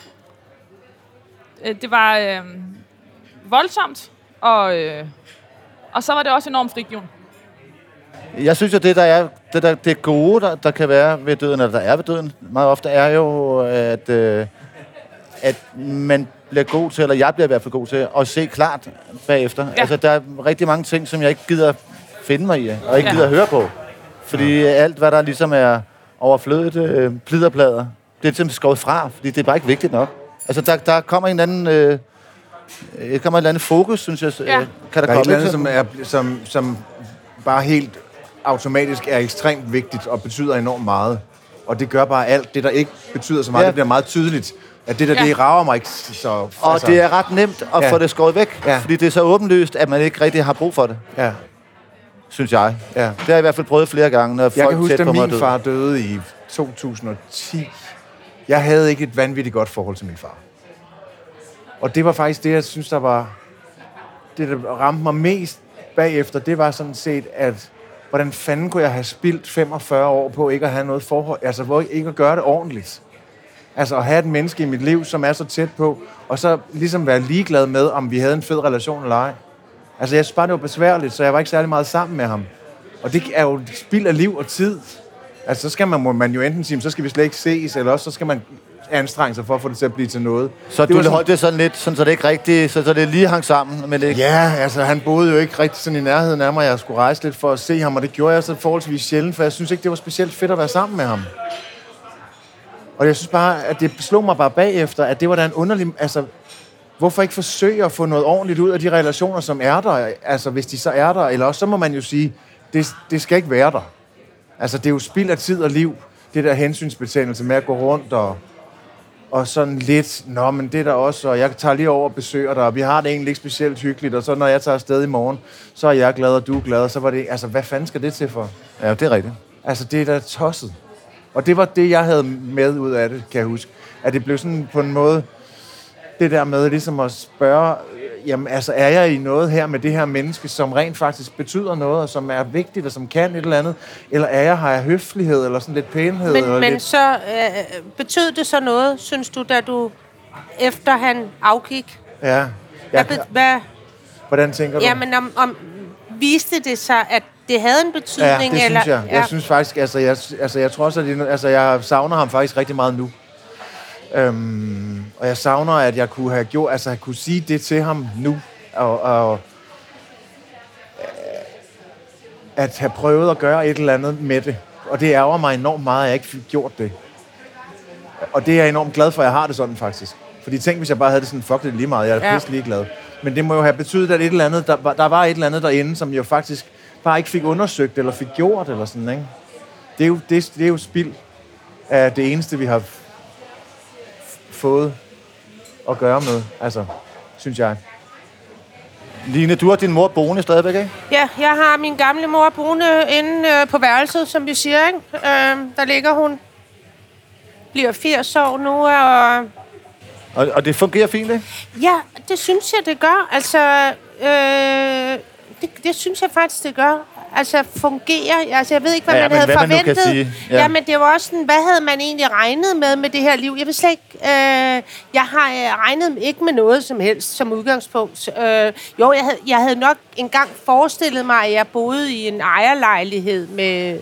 Speaker 5: det var øhm, voldsomt, og, øh, og så var det også enormt frigivende.
Speaker 2: Jeg synes jo, det der er det, der, det gode, der, der kan være ved døden, eller der er ved døden, meget ofte er jo, at, øh, at man bliver god til, eller jeg bliver i hvert fald god til, at se klart bagefter. Ja. Altså, der er rigtig mange ting, som jeg ikke gider finde mig i, og ikke ja. gider høre på. Fordi ja. alt, hvad der ligesom er overflødet, øh, pliderplader, det er simpelthen skåret fra, fordi det er bare ikke vigtigt nok. Altså, der, der kommer en anden... Øh, der kommer en anden fokus, synes jeg.
Speaker 5: Ja.
Speaker 2: Øh, kan der,
Speaker 3: der er
Speaker 2: komme
Speaker 3: et eller andet, som, er, som, som bare helt automatisk er ekstremt vigtigt og betyder enormt meget. Og det gør bare alt det, der ikke betyder så meget. Ja. Det bliver meget tydeligt, At det der,
Speaker 5: Ja.
Speaker 3: det rager mig ikke så...
Speaker 2: Og altså, det er ret nemt at
Speaker 3: Ja.
Speaker 2: få det skåret væk,
Speaker 3: Ja.
Speaker 2: fordi det er så åbenlyst, at man ikke rigtig har brug for det,
Speaker 3: Ja,
Speaker 2: synes jeg.
Speaker 3: ja.
Speaker 2: Det har jeg i hvert fald prøvet flere gange, når
Speaker 3: Jeg
Speaker 2: folk
Speaker 3: kan huske,
Speaker 2: tæt
Speaker 3: da
Speaker 2: på mig er
Speaker 3: min
Speaker 2: døde.
Speaker 3: far døde i to tusind og ti. Jeg havde ikke et vanvittigt godt forhold til min far. Og det var faktisk det, jeg synes, der var... Det, der ramte mig mest bagefter, det var sådan set, at hvordan fanden kunne jeg have spildt femogfyrre år på ikke at have noget forhold... Altså, hvor ikke at gøre det ordentligt. Altså, at have et menneske i mit liv, som er så tæt på, og så ligesom være ligeglad med, om vi havde en fed relation eller ej. Altså, jeg synes bare, det var besværligt, så jeg var ikke særlig meget sammen med ham. Og det er jo et spild af liv og tid. Altså, så skal man, må man jo enten sige, så skal vi slet ikke ses, eller også så skal man anstrenge sig for at få det til at blive til noget.
Speaker 2: Så
Speaker 3: det
Speaker 2: du
Speaker 3: var sådan-
Speaker 2: holdt det sådan lidt, sådan, så det ikke rigtigt, så, så det lige hang sammen, men det ikke...
Speaker 3: Ja, altså, han boede jo ikke rigtig sådan i nærheden af mig. Jeg skulle rejse lidt for at se ham, og det gjorde jeg så forholdsvis sjældent, for jeg synes ikke, det var specielt fedt at være sammen med ham. Og jeg synes bare, at det slog mig bare bagefter, at det var da en underlig... Altså, hvorfor ikke forsøge at få noget ordentligt ud af de relationer, som er der? Altså, hvis de så er der, eller også, så må man jo sige, det, det skal ikke være der. Altså, det er jo spild af tid og liv, det der hensynsbetændelse med at gå rundt og, og sådan lidt, nå, men det er der også, og jeg tager lige over og besøger dig, og vi har det egentlig ikke specielt hyggeligt, og så når jeg tager afsted i morgen, så er jeg glad, og du er glad, og så var det, altså, hvad fanden skal det til for?
Speaker 2: Ja, det er rigtigt.
Speaker 3: Altså, det er da tosset. Og det var det, jeg havde med ud af det, kan jeg huske. At det blev sådan på en måde, det der med ligesom at spørge, øh, jamen altså, er jeg i noget her med det her menneske, som rent faktisk betyder noget, og som er vigtigt, og som kan et eller andet? Eller er jeg, har jeg høflighed, eller sådan lidt pænhed?
Speaker 4: Men,
Speaker 3: eller
Speaker 4: men
Speaker 3: lidt...
Speaker 4: så øh, betød det så noget, synes du, da du, efter han afgik?
Speaker 3: Ja.
Speaker 4: Hvad,
Speaker 3: ja.
Speaker 4: be, hvad,
Speaker 3: Hvordan tænker du?
Speaker 4: jamen, om, om, viste det sig, at det havde en
Speaker 3: Ja,
Speaker 4: betydning?
Speaker 3: det
Speaker 4: eller,
Speaker 3: synes jeg. Jeg synes faktisk, altså jeg, altså jeg tror også, at det, altså jeg savner ham faktisk rigtig meget nu. Øhm, og jeg savner, at jeg kunne have gjort, altså jeg kunne sige det til ham nu, og, og øh, at have prøvet at gøre et eller andet med det. Og det ærger mig enormt meget, at jeg ikke fik gjort det. Og det er jeg enormt glad for, at jeg har det sådan faktisk. Fordi tænk, hvis jeg bare havde det sådan, fuck det lige meget, jeg er
Speaker 4: Ja.
Speaker 3: pisse ligeglad. Men det må jo have betydet, at et eller andet, der, var- der var et eller andet derinde, som jeg faktisk bare ikke fik undersøgt, eller fik gjort, eller sådan, ikke? Det er jo, det, det er jo spild af det eneste, vi har f- fået at gøre med, altså, synes jeg.
Speaker 2: Line, du har din mor boende stadigvæk, ikke?
Speaker 4: Ja, jeg har min gamle mor boende inde øh, på værelset, som vi siger, ikke? Øh, der ligger hun. Bliver firs år nu, og
Speaker 2: Og, og det fungerer fint, ikke?
Speaker 4: ja, det synes jeg, det gør. Altså, øh, det, det synes jeg faktisk, det gør. Altså, fungerer. Altså, jeg ved ikke, hvad
Speaker 2: Ja,
Speaker 4: man
Speaker 2: men
Speaker 4: havde
Speaker 2: hvad man nu
Speaker 4: forventet.
Speaker 2: kan sige. Ja.
Speaker 4: Ja. men det var også sådan, hvad havde man egentlig regnet med med det her liv? Jeg ved slet ikke, øh, jeg har øh, regnet ikke med noget som helst som udgangspunkt. Øh, jo, jeg havde, jeg havde nok engang forestillet mig, at jeg boede i en ejerlejlighed med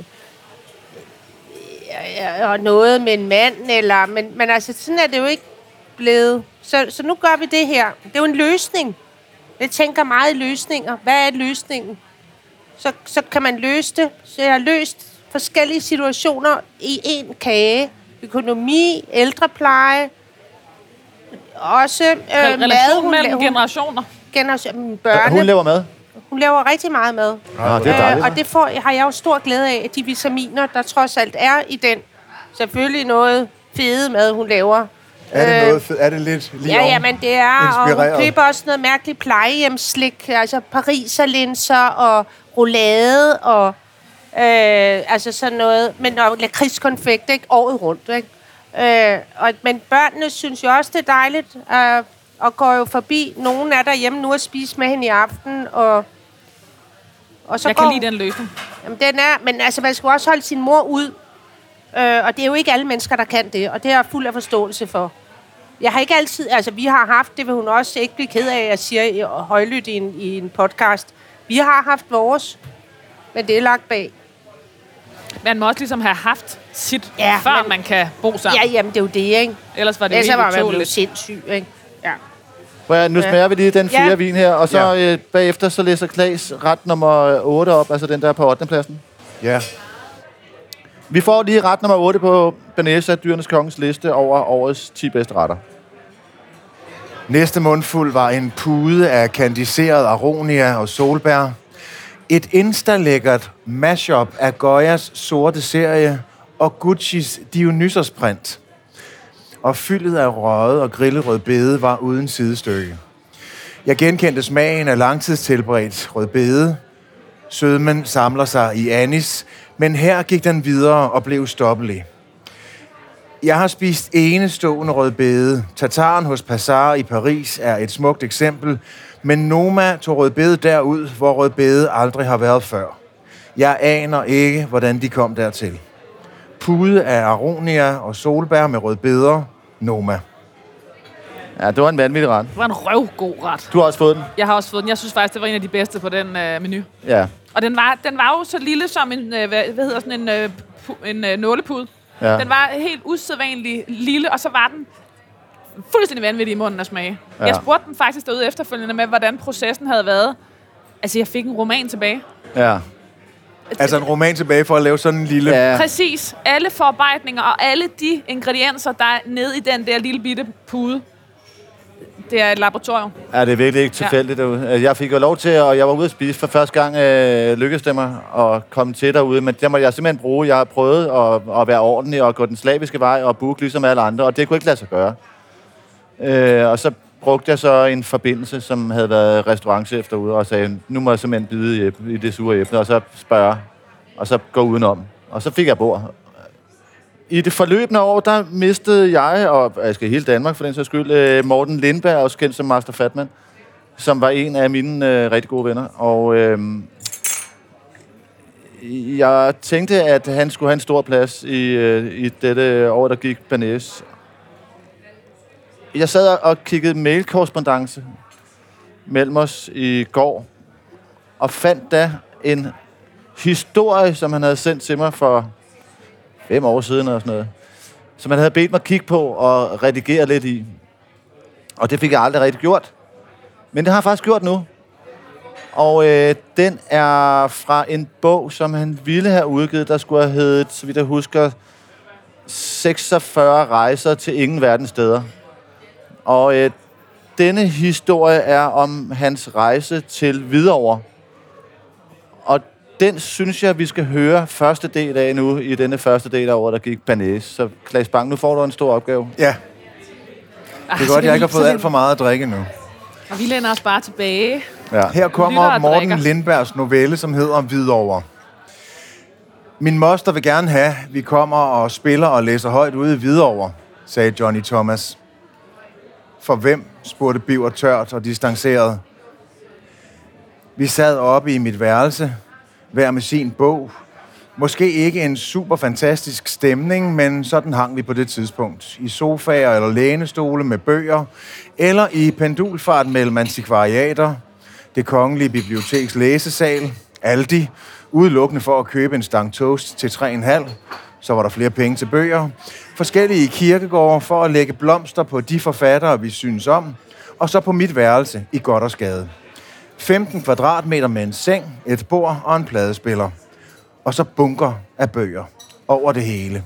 Speaker 4: ja, og noget med en mand, eller, men, men altså, sådan er det jo ikke blevet. Så, så nu gør vi det her. Det er jo en løsning. Jeg tænker meget i løsninger. Hvad er løsningen? Så, så kan man løse det. Så jeg har løst forskellige situationer i en kage. Økonomi, ældrepleje, også øh, mad.
Speaker 5: Relation mellem
Speaker 4: hun,
Speaker 5: generationer.
Speaker 4: generation, børne.
Speaker 2: Hun laver mad.
Speaker 4: Hun laver rigtig meget mad.
Speaker 2: Ja, det er dejligt.
Speaker 4: Øh, og det får, har jeg jo stor glæde af, de vitaminer, der trods alt er i den. Selvfølgelig noget fede mad, hun laver.
Speaker 3: Er det
Speaker 4: Øh,
Speaker 3: noget fedt? Er det lidt lige
Speaker 4: Ja,
Speaker 3: oven?
Speaker 4: jamen det er, og hun
Speaker 3: Inspireret.
Speaker 4: køber også noget mærkeligt plejehjemslik, altså pariserlinser og roulade og øh, altså sådan noget, men og lakridskonfekt, ikke? Året rundt, ikke? Øh, og, men børnene synes jo også, det er dejligt, øh, og går jo forbi. Nogen er derhjemme nu at spise med hende i aften, og, og så
Speaker 5: Jeg
Speaker 4: går,
Speaker 5: kan lide den løsning.
Speaker 4: Jamen, den er, men altså, man skal også holde sin mor ud. Øh, og det er jo ikke alle mennesker, der kan det, og det er jeg fuld af forståelse for. Jeg har ikke altid, altså vi har haft, det vil hun også ikke blive ked af, at jeg siger højlydt i en, i en podcast. Vi har haft vores, men det er lagt bag.
Speaker 5: Man må også ligesom have haft sit,
Speaker 4: Ja,
Speaker 5: før
Speaker 4: men-
Speaker 5: man kan bo sammen.
Speaker 4: Ja, jamen det er jo det, ikke?
Speaker 5: Ellers var det jo
Speaker 4: Ellers
Speaker 5: helt
Speaker 4: var man blevet
Speaker 5: utroligt.
Speaker 4: sindssyg, ikke? Ja.
Speaker 2: Prøv at, nu smager vi lige den fjerde
Speaker 4: Ja.
Speaker 2: vin her, og så
Speaker 3: Ja.
Speaker 2: øh, bagefter så læser Claes ret nummer otte op, altså den der på ottende pladsen.
Speaker 3: Ja.
Speaker 2: Vi får lige ret nummer otte på Banessa, Dyrenes Kongens liste over årets ti bedste retter.
Speaker 3: Næste mundfuld var en pude af kandiseret aronia og solbær. Et instalækkert mashup af Goyas sorte serie og Guccis Dionysos print. og fyldet af røget og grillet rødbede var uden sidestykke. Jeg genkendte smagen af langtidstilberedt rødbede. Sødmen samler sig i anis, men her gik den videre og blev stoppelig. Jeg har spist enestående rødbede. Tartaren hos Passar i Paris er et smukt eksempel, men Noma tog rødbede derud, hvor rødbede aldrig har været før. Jeg aner ikke, hvordan de kom dertil. Pude af aronia og solbær med rødbeder. Noma.
Speaker 2: Ja, det var en vanvittig ret.
Speaker 5: Det var en røvgod ret.
Speaker 2: Du har også fået den?
Speaker 5: Jeg har også fået den. Jeg synes faktisk, det var en af de bedste på den øh, menu.
Speaker 2: Ja.
Speaker 5: Og den var, den var jo så lille som en, øh, hvad, hvad hedder sådan en, øh, pu- en øh, nålepude.
Speaker 2: Ja.
Speaker 5: Den var helt usædvanlig lille, og så var den fuldstændig vanvittig i munden at smage.
Speaker 2: Ja.
Speaker 5: Jeg spurgte den faktisk derude efterfølgende med, hvordan processen havde været. Altså, jeg fik en roman tilbage.
Speaker 2: Ja.
Speaker 3: Altså en roman tilbage for at lave sådan en lille...
Speaker 2: Ja.
Speaker 5: Præcis. Alle forarbejdninger og alle de ingredienser, der er nede i den der lille bitte pude. Det er et laboratorium.
Speaker 2: Ja, det er virkelig ikke tilfældigt ja. derude. Jeg fik jo lov til, og jeg var ude at spise for første gang, øh, lykkedes det mig at komme til derude, men det må jeg simpelthen bruge. Jeg har prøvet at, at være ordentlig og gå den slaviske vej og booke ligesom alle andre, og det kunne ikke lade sig gøre. Øh, og så brugte jeg så en forbindelse, som havde været restaurantchef derude, og sagde, nu må jeg simpelthen bide i, i det sure æble, og så spørge, og så gå udenom. Og så fik jeg bord. I det forløbende år, der mistede jeg, og jeg skal hele Danmark for den sags skyld, Morten Lindberg, også kendt som Master Fatman, som var en af mine øh, rigtig gode venner. Og øh, jeg tænkte, at han skulle have en stor plads i, øh, i dette år, der gik Banæs. Jeg sad og kiggede mailkorrespondance mellem os i går, og fandt da en historie, som han havde sendt til mig for fem år siden og sådan noget, som han havde bedt mig kigge på og redigere lidt i. Og det fik jeg aldrig rigtig gjort. Men det har jeg faktisk gjort nu. Og øh, den er fra en bog, som han ville have udgivet, der skulle have heddet, så vidt jeg husker, seksogfyrre rejser til ingen verdens steder. Og øh, denne historie er om hans rejse til Hvidovre. Og den synes jeg, vi skal høre første del af nu, i denne første del af året, der gik Banæs. Så Claes Bang, nu får du en stor opgave.
Speaker 3: Ja. Det er godt, jeg ikke har fået alt for meget at drikke nu.
Speaker 5: Og vi læner os bare tilbage.
Speaker 2: Ja.
Speaker 3: Her kommer Morten Lindbergs novelle, som hedder Hvidovre. Min moster vil gerne have, vi kommer og spiller og læser højt ude i Hvidovre, sagde Johnny Thomas. For hvem, spurgte Biver tørt og distanceret. Vi sad oppe i mit værelse, hver med sin bog. Måske ikke en super fantastisk stemning, men sådan hang vi på det tidspunkt. I sofaer eller lænestole med bøger, eller i pendulfart mellem antikvariater, Det Kongelige Biblioteks læsesal, Aldi, udelukkende for at købe en stang toast til tre komma fem. Så var der flere penge til bøger. Forskellige kirkegårde for at lægge blomster på de forfattere, vi synes om. Og så på mit værelse i Goddersgade. femten kvadratmeter med en seng, et bord og en pladespiller. Og så bunker af bøger over det hele.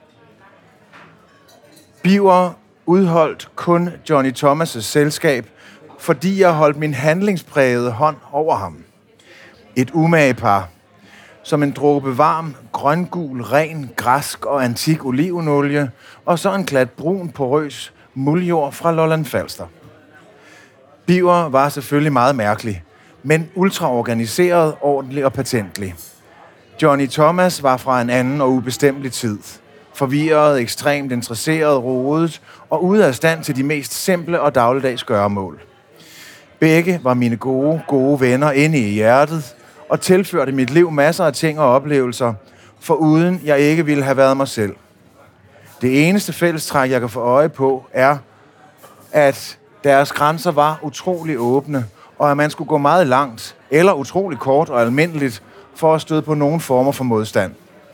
Speaker 3: Biver udholdt kun Johnny Thomas' selskab, fordi jeg holdt min handlingsprægede hånd over ham. Et umage par. Som en dråbe varm, grøngul, ren, græsk og antik olivenolie, og så en klat brun porøs muldjord fra Lolland Falster. Biver var selvfølgelig meget mærkelig, men ultraorganiseret, ordentlig og patentlig. Johnny Thomas var fra en anden og ubestemmelig tid. Forvirret, ekstremt interesseret, rodet og ude af stand til de mest simple og dagligdags gøremål. Begge var mine gode, gode venner inde i hjertet, og tilførte mit liv masser af ting og oplevelser, foruden jeg ikke ville have været mig selv. Det eneste fællestræk, jeg kan få øje på, er, at deres grænser var utrolig åbne, og at man skulle gå meget langt, eller utrolig kort og almindeligt, for at støde på nogen former for modstand.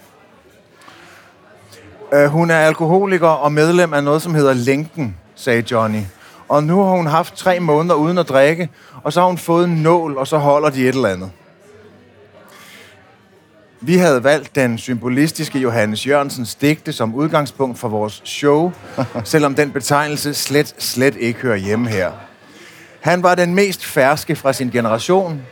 Speaker 3: Uh, hun er alkoholiker og medlem af noget, som hedder Lænken, sagde Johnny. Og nu har hun haft tre måneder uden at drikke, og så har hun fået en nål, og så holder de et eller andet. Vi havde valgt den symbolistiske Johannes Jørgensens digte som udgangspunkt for vores show, selvom den betegnelse slet, slet ikke hører hjemme her. Han var den mest ferske fra sin generation,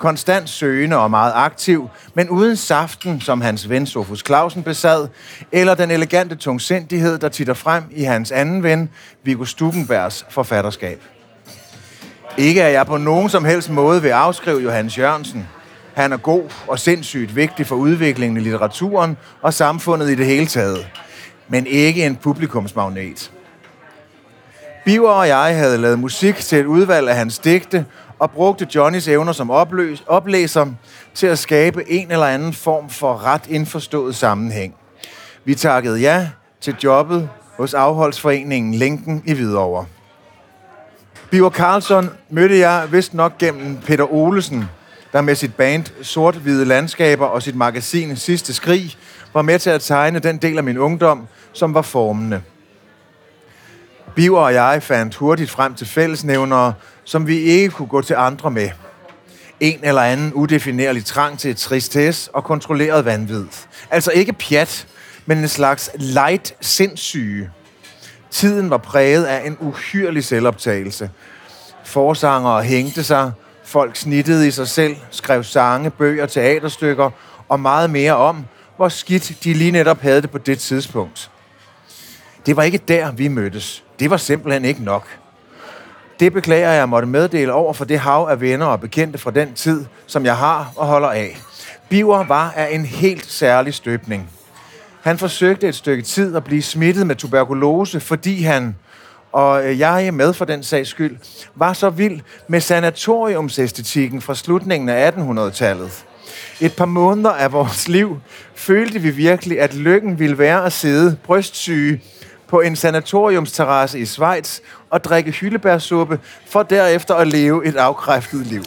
Speaker 3: Konstant søgende og meget aktiv, men uden saften, som hans ven Sofus Clausen besad, eller den elegante tungsindighed, der titter frem i hans anden ven, Viggo Stuckenbergs forfatterskab. Ikke at jeg på nogen som helst måde vil afskrive Johannes Jørgensen. Han er god og sindssygt vigtig for udviklingen i litteraturen og samfundet i det hele taget, men ikke en publikumsmagnet. Biver og jeg havde lavet musik til et udvalg af hans digte, og brugte Johnnys evner som opløs, oplæser til at skabe en eller anden form for ret indforstået sammenhæng. Vi takkede ja til jobbet hos afholdsforeningen Linken i Hvidovre. Biver Karlsson mødte jeg vist nok gennem Peter Olesen, der med sit band Sort-Hvide Landskaber og sit magasin Sidste Skrig var med til at tegne den del af min ungdom, som var formende. Biver og jeg fandt hurtigt frem til fællesnævnere, som vi ikke kunne gå til andre med. En eller anden udefinerlig trang til tristesse og kontrolleret vanvid. Altså ikke pjat, men en slags light sindssyge. Tiden var præget af en uhyrlig selvoptagelse. Forsangere hængte sig, folk snittede i sig selv, skrev sange, bøger, teaterstykker og meget mere om, hvor skidt de lige netop havde det på det tidspunkt. Det var ikke der, vi mødtes. Det var simpelthen ikke nok. Det beklager jeg måtte meddele over for det hav af venner og bekendte fra den tid, som jeg har og holder af. Biver var af en helt særlig støbning. Han forsøgte et stykke tid at blive smittet med tuberkulose, fordi han, og jeg er med for den sags skyld, var så vild med sanatoriumsæstetikken fra slutningen af attenhundredetallet. Et par måneder af vores liv følte vi virkelig, at lykken ville være at sidde brystsyge på en sanatoriumsterrasse i Schweiz og drikke hyldebærsuppe, for derefter at leve et afkræftet liv.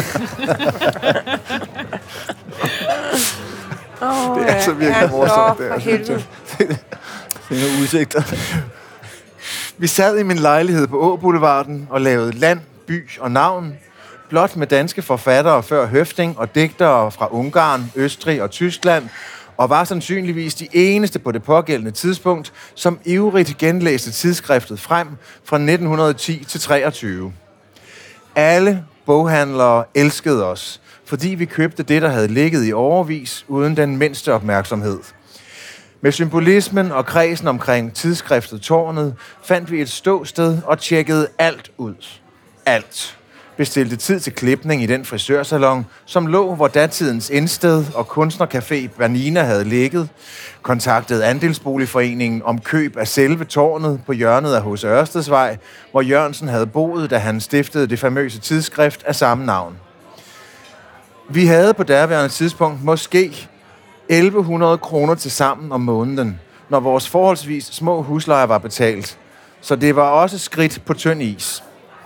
Speaker 4: Oh,
Speaker 3: det er så virkelig ja, morsomt. Det er,
Speaker 2: det er nogle udsigter.
Speaker 3: Vi sad i min lejlighed på Åboulevarden og lavede land, by og navn, blot med danske forfattere før Høfting og digtere fra Ungarn, Østrig og Tyskland, og var sandsynligvis de eneste på det pågældende tidspunkt, som ivrigt genlæste tidsskriftet frem fra nitten ti til treogtyve. Alle boghandlere elskede os, fordi vi købte det, der havde ligget i årevis, uden den mindste opmærksomhed. Med symbolismen og kredsen omkring tidsskriftet Tårnet fandt vi et ståsted og tjekkede alt ud. Alt. Bestilte tid til klipning i den frisørsalon, som lå, hvor datidens indsted og kunstnercafé Bernina havde ligget, kontaktede Andelsboligforeningen om køb af selve tårnet på hjørnet af H C Ørstedsvej, hvor Jørgensen havde boet, da han stiftede det famøse tidsskrift af samme navn. Vi havde på derværende tidspunkt måske elleve hundrede kroner til sammen om måneden, når vores forholdsvis små huslejer var betalt. Så det var også skridt på tynd is.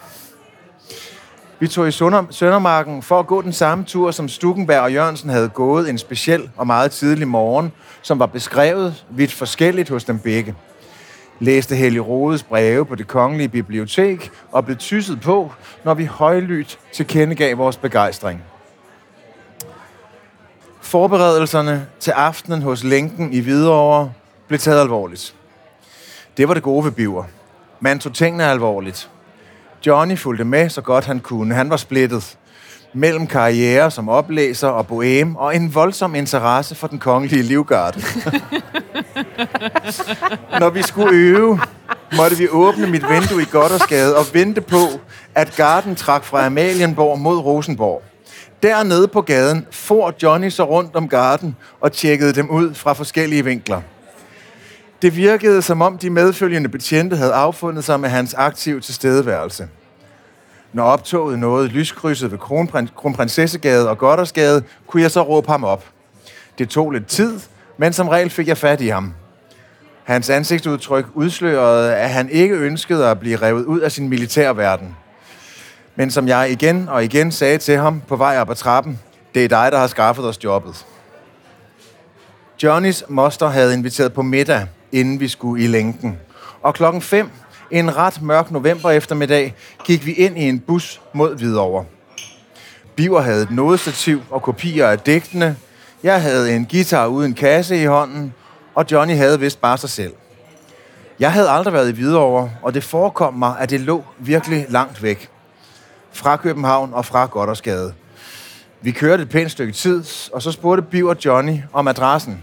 Speaker 3: Vi tog i Søndermarken for at gå den samme tur, som Stuckenberg og Jørgensen havde gået en speciel og meget tidlig morgen, som var beskrevet vidt forskelligt hos dem begge. Læste Hellig Rodes breve på Det Kongelige Bibliotek og blev tysset på, når vi højlydt tilkendegav vores begejstring. Forberedelserne til aftenen hos Linken i Hvidovre blev taget alvorligt. Det var det gode ved Biver. Man tog tingene alvorligt. Johnny fulgte med så godt han kunne. Han var splittet mellem karriere som oplæser og boheme og en voldsom interesse for den kongelige livgarde. Når vi skulle øve, måtte vi åbne mit vindue i Gothersgade og vente på, at garden trak fra Amalienborg mod Rosenborg. Dernede på gaden for Johnny så rundt om garden og tjekkede dem ud fra forskellige vinkler. Det virkede, som om de medfølgende betjente havde affundet sig med hans aktive tilstedeværelse. Når optoget nåede lyskrydset ved Kronprin- Kronprinsessegade og Gothersgade, kunne jeg så råbe ham op. Det tog lidt tid, men som regel fik jeg fat i ham. Hans ansigtsudtryk udslørede, at han ikke ønskede at blive revet ud af sin militærverden. Men som jeg igen og igen sagde til ham på vej op ad trappen, det er dig, der har skaffet os jobbet. Johnnys moster havde inviteret på middag, inden vi skulle i Linken. Og klokken fem, en ret mørk november eftermiddag, gik vi ind i en bus mod Hvidovre. Biver havde et nodestativ og kopier af digtene. Jeg havde en guitar uden kasse i hånden, og Johnny havde vist bare sig selv. Jeg havde aldrig været i Hvidovre, og det forekom mig, at det lå virkelig langt væk. Fra København og fra Gothersgade. Vi kørte et pænt stykke tid, og så spurgte Biver Johnny om adressen.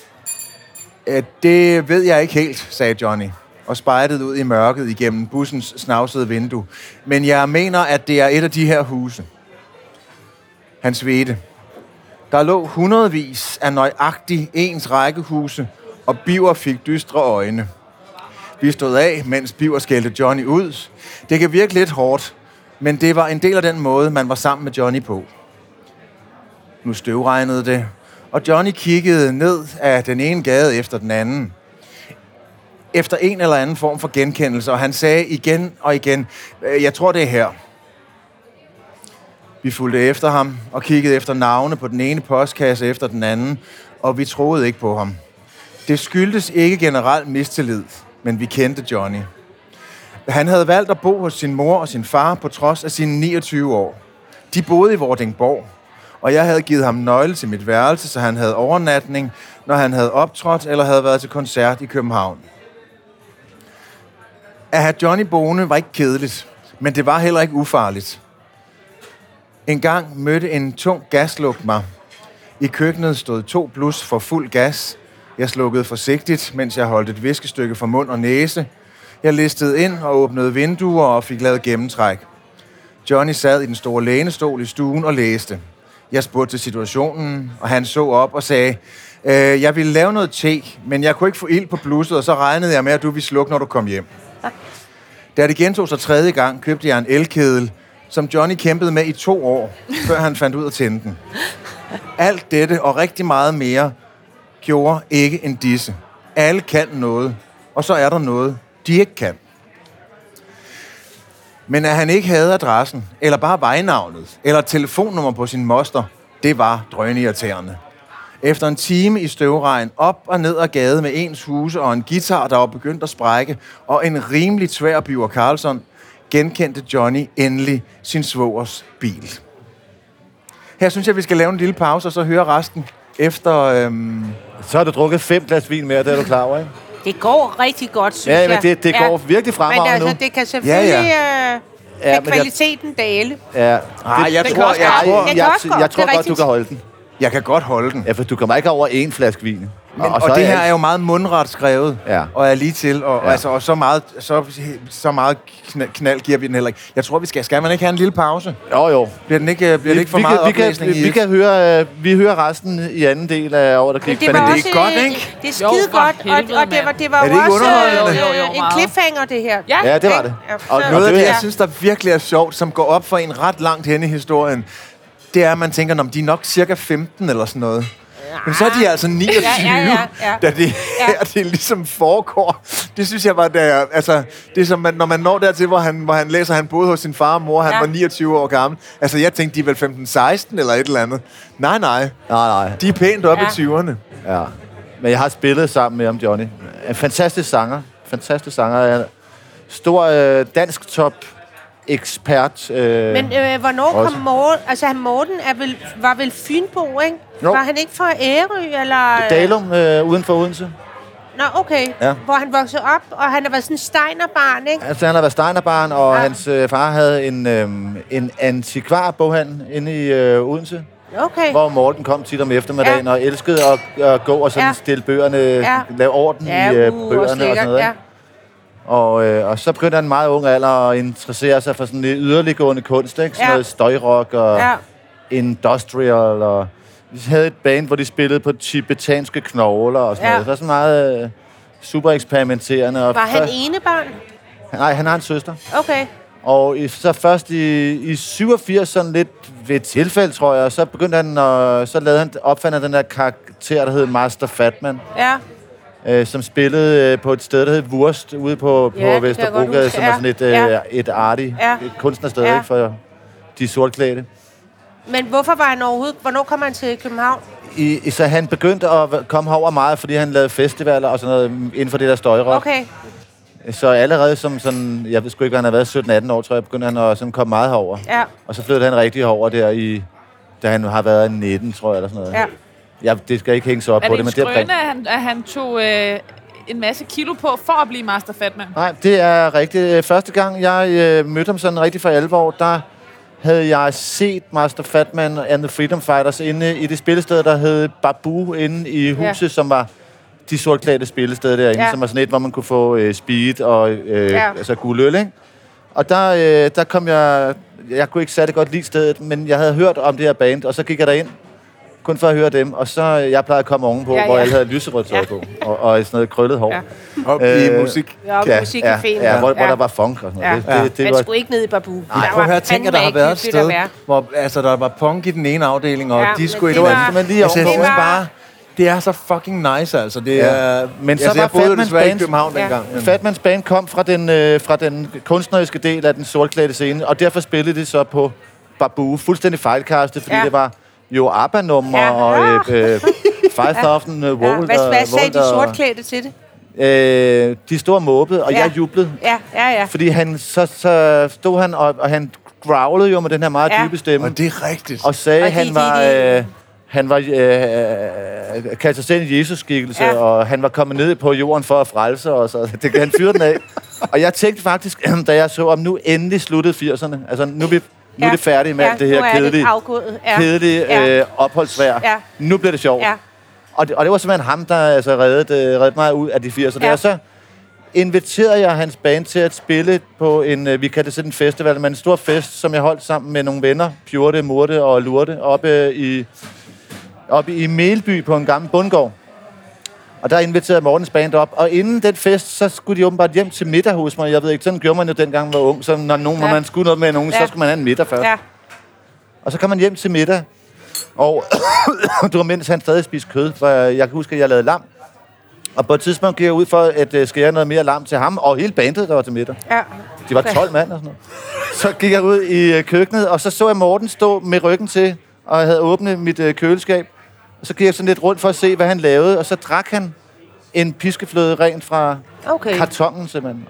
Speaker 3: Det ved jeg ikke helt, sagde Johnny, og spejdede ud i mørket igennem bussens snavsede vindue. Men jeg mener, at det er et af de her huse. Han svedte. Der lå hundredvis af nøjagtigt ens rækkehuse, og Biver fik dystre øjne. Vi stod af, mens Biver skældte Johnny ud. Det kan virke lidt hårdt, men det var en del af den måde, man var sammen med Johnny på. Nu støvregnede det, og Johnny kiggede ned af den ene gade efter den anden. Efter en eller anden form for genkendelse, og han sagde igen og igen, jeg tror det er her. Vi fulgte efter ham og kiggede efter navne på den ene postkasse efter den anden, og vi troede ikke på ham. Det skyldtes ikke generelt mistillid, men vi kendte Johnny. Han havde valgt at bo hos sin mor og sin far på trods af sine niogtyve år. De boede i Vordingborg, og jeg havde givet ham nøgle til mit værelse, så han havde overnatning, når han havde optrådt eller havde været til koncert i København. At have Johnny boende var ikke kedeligt, men det var heller ikke ufarligt. En gang mødte en tung gaslugt mig. I køkkenet stod to blus for fuld gas. Jeg slukkede forsigtigt, mens jeg holdt et viskestykke for mund og næse. Jeg listede ind og åbnede vinduer og fik lavet gennemtræk. Johnny sad i den store lænestol i stuen og læste. Jeg spurgte til situationen, og han så op og sagde, øh, jeg ville lave noget te, men jeg kunne ikke få ild på blusset, og så regnede jeg med, at du ville slukke, når du kom hjem. Da det gentog sig tredje gang, købte jeg en elkedel, som Johnny kæmpede med i to år, før han fandt ud af at tænde den. Alt dette og rigtig meget mere gjorde ikke en disse. Alle kan noget, og så er der noget, de ikke kan. Men at han ikke havde adressen, eller bare vejnavnet, eller telefonnummer på sin moster, det var drønirriterende. Efter en time i støvregn, op og ned ad gade med ens huse og en guitar, der var begyndt at sprække, og en rimelig tvær Biver Karlsson, genkendte Johnny endelig sin svogers bil. Her synes jeg, vi skal lave en lille pause, og så høre resten efter... Øhm...
Speaker 2: Så har du drukket fem glas vin mere, det er du klar over, ikke?
Speaker 4: Det går rigtig godt, synes
Speaker 2: Ja,
Speaker 4: jeg.
Speaker 2: men det, det går
Speaker 4: ja.
Speaker 2: virkelig fremragende
Speaker 4: Men
Speaker 2: nu.
Speaker 4: altså, det kan selvfølgelig
Speaker 3: Ja,
Speaker 4: ja, ja.
Speaker 2: Ja,
Speaker 4: Ja,
Speaker 2: men
Speaker 4: kvaliteten jeg... dale.
Speaker 2: Ja.
Speaker 3: Ah, jeg
Speaker 5: det
Speaker 3: tror,
Speaker 5: kan
Speaker 3: jeg,
Speaker 5: også
Speaker 3: tror,
Speaker 4: Det
Speaker 2: jeg,
Speaker 4: kan
Speaker 2: jeg,
Speaker 4: også
Speaker 2: jeg,
Speaker 4: godt,
Speaker 2: jeg tror
Speaker 4: det er
Speaker 2: godt, du
Speaker 4: rigtigt.
Speaker 2: kan holde den.
Speaker 3: jeg kan godt holde den.
Speaker 2: Ja, for du kommer ikke over en flaske vin.
Speaker 3: Men, og,
Speaker 2: så
Speaker 3: og det her
Speaker 2: alt-
Speaker 3: er jo meget mundret skrevet,
Speaker 2: Ja.
Speaker 3: og er lige til, og,
Speaker 2: Ja.
Speaker 3: ja. altså, og så meget, så, så meget knald, knald giver vi den heller ikke. Jeg tror, vi skal, skal man ikke have en lille pause?
Speaker 2: Jo, jo.
Speaker 3: Bliver, den ikke, bliver det ikke for
Speaker 2: vi,
Speaker 3: meget
Speaker 2: kan, vi, kan,
Speaker 3: oplæsning i
Speaker 2: vi
Speaker 3: et?
Speaker 2: kan høre, øh, vi hører resten i anden del af året, der gik.
Speaker 4: Det var
Speaker 3: det er
Speaker 4: også,
Speaker 3: godt,
Speaker 4: øh,
Speaker 3: ikke?
Speaker 4: Det er
Speaker 5: Jo,
Speaker 4: skide
Speaker 5: for
Speaker 4: godt, og,
Speaker 5: helvede,
Speaker 4: og det var,
Speaker 5: mand.
Speaker 4: det var
Speaker 3: Er det
Speaker 4: jo
Speaker 3: ikke
Speaker 4: også
Speaker 3: underholdende?
Speaker 4: øh,
Speaker 5: Jo, jo, jo,
Speaker 4: en
Speaker 5: meget.
Speaker 4: cliffhanger, det her.
Speaker 5: Ja,
Speaker 2: Ja, det var det.
Speaker 4: Ja,
Speaker 2: Og-
Speaker 4: så-
Speaker 3: Noget af det,
Speaker 2: det-
Speaker 3: jeg synes, der virkelig er sjovt, som går op for en ret langt hen i historien, det er, at man tænker, om de er nok cirka femten eller sådan noget. Men så er de altså niogtyve,
Speaker 4: Ja, ja, ja, ja.
Speaker 3: da det her det ligesom foregår. Det synes jeg var, da altså, det er som, man, når man når dertil, hvor han, hvor han læser, han boede hos sin far og mor, han
Speaker 4: Ja.
Speaker 3: var niogtyve år gammel. Altså, jeg tænkte, de er vel femten seksten eller et eller andet. Nej, nej.
Speaker 2: Nej, nej.
Speaker 3: De er pænt oppe
Speaker 4: Ja.
Speaker 3: i tyverne.
Speaker 2: Ja. Men jeg har spillet sammen med ham, Johnny. En fantastisk sanger. Fantastisk sanger. Stor øh, dansk top ekspert. Øh,
Speaker 4: Men øh, hvornår
Speaker 2: Også.
Speaker 4: kom Morten? Altså, han Morten er vel, var vel Fynbo, ikke?
Speaker 2: Jo.
Speaker 4: Var han ikke fra Ærø, eller...
Speaker 2: Dalum øh, uden for Odense.
Speaker 4: Nå, okay.
Speaker 2: Ja.
Speaker 4: Hvor han voksede op, og han har været sådan en steinerbarn, ikke?
Speaker 2: Altså, han har været steinerbarn, og
Speaker 4: Ja.
Speaker 2: ja. hans øh, far havde en, øh, en antikvarboghandel inde i øh, Odense,
Speaker 4: Okay.
Speaker 2: hvor Morten kom tit om eftermiddagen
Speaker 4: Ja.
Speaker 2: og elskede at, at gå og sådan
Speaker 4: Ja.
Speaker 2: ja. stille bøgerne,
Speaker 4: Ja.
Speaker 2: ja. lave orden
Speaker 4: Ja,
Speaker 2: i øh,
Speaker 4: uh,
Speaker 2: bøgerne
Speaker 4: også
Speaker 2: og sådan
Speaker 4: lækkert,
Speaker 2: noget.
Speaker 4: ja.
Speaker 2: ikke? Og, øh, og så begyndte han meget ung alder at interessere sig for sådan lidt yderliggående kunst, ikke? Sådan
Speaker 4: Ja.
Speaker 2: noget støjrock og
Speaker 4: Ja.
Speaker 2: industrial. Og vi havde et band, hvor de spillede på tibetanske knogler og sådan
Speaker 4: Ja.
Speaker 2: noget. Det var sådan meget øh, super eksperimenterende. Og
Speaker 4: Var han
Speaker 2: først-
Speaker 4: enebarn?
Speaker 2: Nej, han har en søster.
Speaker 4: Okay.
Speaker 2: Og i, så først i, i syvogfirs, sådan lidt ved et tilfælde, tror jeg, så begyndte han, at, så lavede han, opfandt han den der karakter, der hed Master Fatman,
Speaker 4: Ja.
Speaker 2: øh, som spillede øh, på et sted, der hed Wurst, ude på,
Speaker 4: Ja, det kan
Speaker 2: på
Speaker 4: jeg godt
Speaker 2: Vesterbrogade,
Speaker 4: huske,
Speaker 2: som er
Speaker 4: ja.
Speaker 2: sådan et, øh,
Speaker 4: Ja.
Speaker 2: et artigt
Speaker 4: Ja.
Speaker 2: et kunstnersted,
Speaker 4: Ja.
Speaker 2: ikke, for de sortklædte.
Speaker 4: Men hvorfor var han overhovedet... Hvornår kom han til København?
Speaker 2: I, i- så han begyndte at komme herover meget, fordi han lavede festivaler og sådan noget inden for det der støjrock.
Speaker 4: Okay.
Speaker 2: Så allerede som sådan, jeg ved sgu ikke, hvad han har været, sytten atten år, tror jeg, begyndte han at sådan komme meget herover.
Speaker 4: Ja.
Speaker 2: Og så flyttede han rigtig herover der i, da han har været nitten, tror jeg, eller sådan noget.
Speaker 4: Ja.
Speaker 2: Ja, det skal ikke hænge så op
Speaker 5: Er
Speaker 2: på
Speaker 5: det
Speaker 2: det,
Speaker 5: en
Speaker 2: men det er
Speaker 5: skrøne,
Speaker 2: rigtigt.
Speaker 5: at han, at han tog øh, en masse kilo på for at blive Master Fatman?
Speaker 2: Nej, det er rigtigt. Første gang, jeg øh, mødte ham sådan rigtig for alvor, der havde jeg set Master Fatman and the Freedom Fighters inde i det spillested, der hed Babu, inde i huset, ja. som var de sortklædte spillesteder derinde, ja. som var sådan et, hvor man kunne få øh, speed og øh, ja. altså guldøl, ikke? Og der, øh, der kom jeg... Jeg kunne ikke særlig godt lide stedet, men jeg havde hørt om det her band, og så gik jeg derind, kun for at høre dem. Og så jeg plejede at komme ovenpå, ja, ja. hvor jeg havde lyserødt tøj ja. på, og, og sådan noget krøllet hår. Ja.
Speaker 3: Op i øh, musik.
Speaker 4: Ja, op i
Speaker 2: ja,
Speaker 4: musikcaféen.
Speaker 2: Ja, ja, hvor, ja. hvor der var funk og sådan noget.
Speaker 4: Ja.
Speaker 2: Det, det, det
Speaker 4: Man
Speaker 2: var...
Speaker 4: skulle ikke ned i Babu.
Speaker 3: Nej, prøv at høre, tænk, at der har været et sted, hvor altså, der var punk i den ene afdeling, og
Speaker 4: ja,
Speaker 3: de skulle...
Speaker 4: Det var,
Speaker 2: det var lige
Speaker 3: altså, jeg synes
Speaker 4: var...
Speaker 3: bare... Det er så fucking nice, altså. Det er,
Speaker 2: ja. Men så
Speaker 3: altså,
Speaker 2: var Fatmans band,
Speaker 3: København
Speaker 4: ja.
Speaker 3: dengang. Ja.
Speaker 2: Fatmans band kom fra den, øh, fra den kunstneriske del af den sortklædte scene, og derfor spillede det så på Babu, fuldstændig fejlkastet, fordi ja. det var jo ABBA-nummer ja. og øh, øh, fem tusind øh, Volt.
Speaker 4: Ja. Hvad, hvad sagde
Speaker 2: Volt,
Speaker 4: de sortklædte til det?
Speaker 2: Øh, de stod og måbede, og ja. jeg jublede.
Speaker 4: Ja, ja, ja.
Speaker 2: Fordi han, så, så stod han, og, og han growlede jo med den her meget ja. dybe stemme.
Speaker 3: Og det er rigtigt.
Speaker 2: Og sagde,
Speaker 4: og
Speaker 2: at han
Speaker 4: de,
Speaker 2: var...
Speaker 4: de, de.
Speaker 2: Øh, han var øh, kaldte sig selv en Jesus-skikkelse, ja. og han var kommet ned på jorden for at frelse os, så det kan han fyre den af. Og jeg tænkte faktisk, da jeg så, om nu endelig sluttede firserne, altså nu er, vi, nu ja. er det færdigt med ja, alt det her kedelige,
Speaker 4: ja.
Speaker 2: kedelige
Speaker 4: ja.
Speaker 2: øh, opholdsvejr.
Speaker 4: Ja.
Speaker 2: Nu bliver det sjovt. Ja. Og, det, og det var simpelthen ham, der altså, reddede, reddede mig ud af de firserne. Ja. Og så inviterede jeg hans band til at spille på en, vi kaldte det en festival, men en stor fest, som jeg holdt sammen med nogle venner, Pjorte, Murte og Lurte, oppe i... oppe i Melby på en gammel bundgård. Og der inviterede Mortens band op. Og inden den fest, så skulle de åbenbart hjem til middag hos mig. Jeg ved ikke, sådan gjorde man jo dengang, man var ung. Så når, nogen, ja. når man skulle noget med nogen, ja. så skulle man have en middag først. Ja. Og så kom man hjem til middag. Og det var mens han stadig spiste kød. For jeg kan huske, at jeg lavede lam. Og på et tidspunkt gik jeg ud for at uh, skære noget mere lam til ham. Og hele bandet, der var til middag. Ja. De var tolv mand og sådan noget. Så gik jeg ud i uh, køkkenet, og så så jeg Morten stå med ryggen til, og jeg havde åbnet mit uh, køleskab. Og så gik jeg sådan lidt rundt for at se, hvad han lavede, og så drak han en piskefløde rent fra okay. kartongen, simpelthen.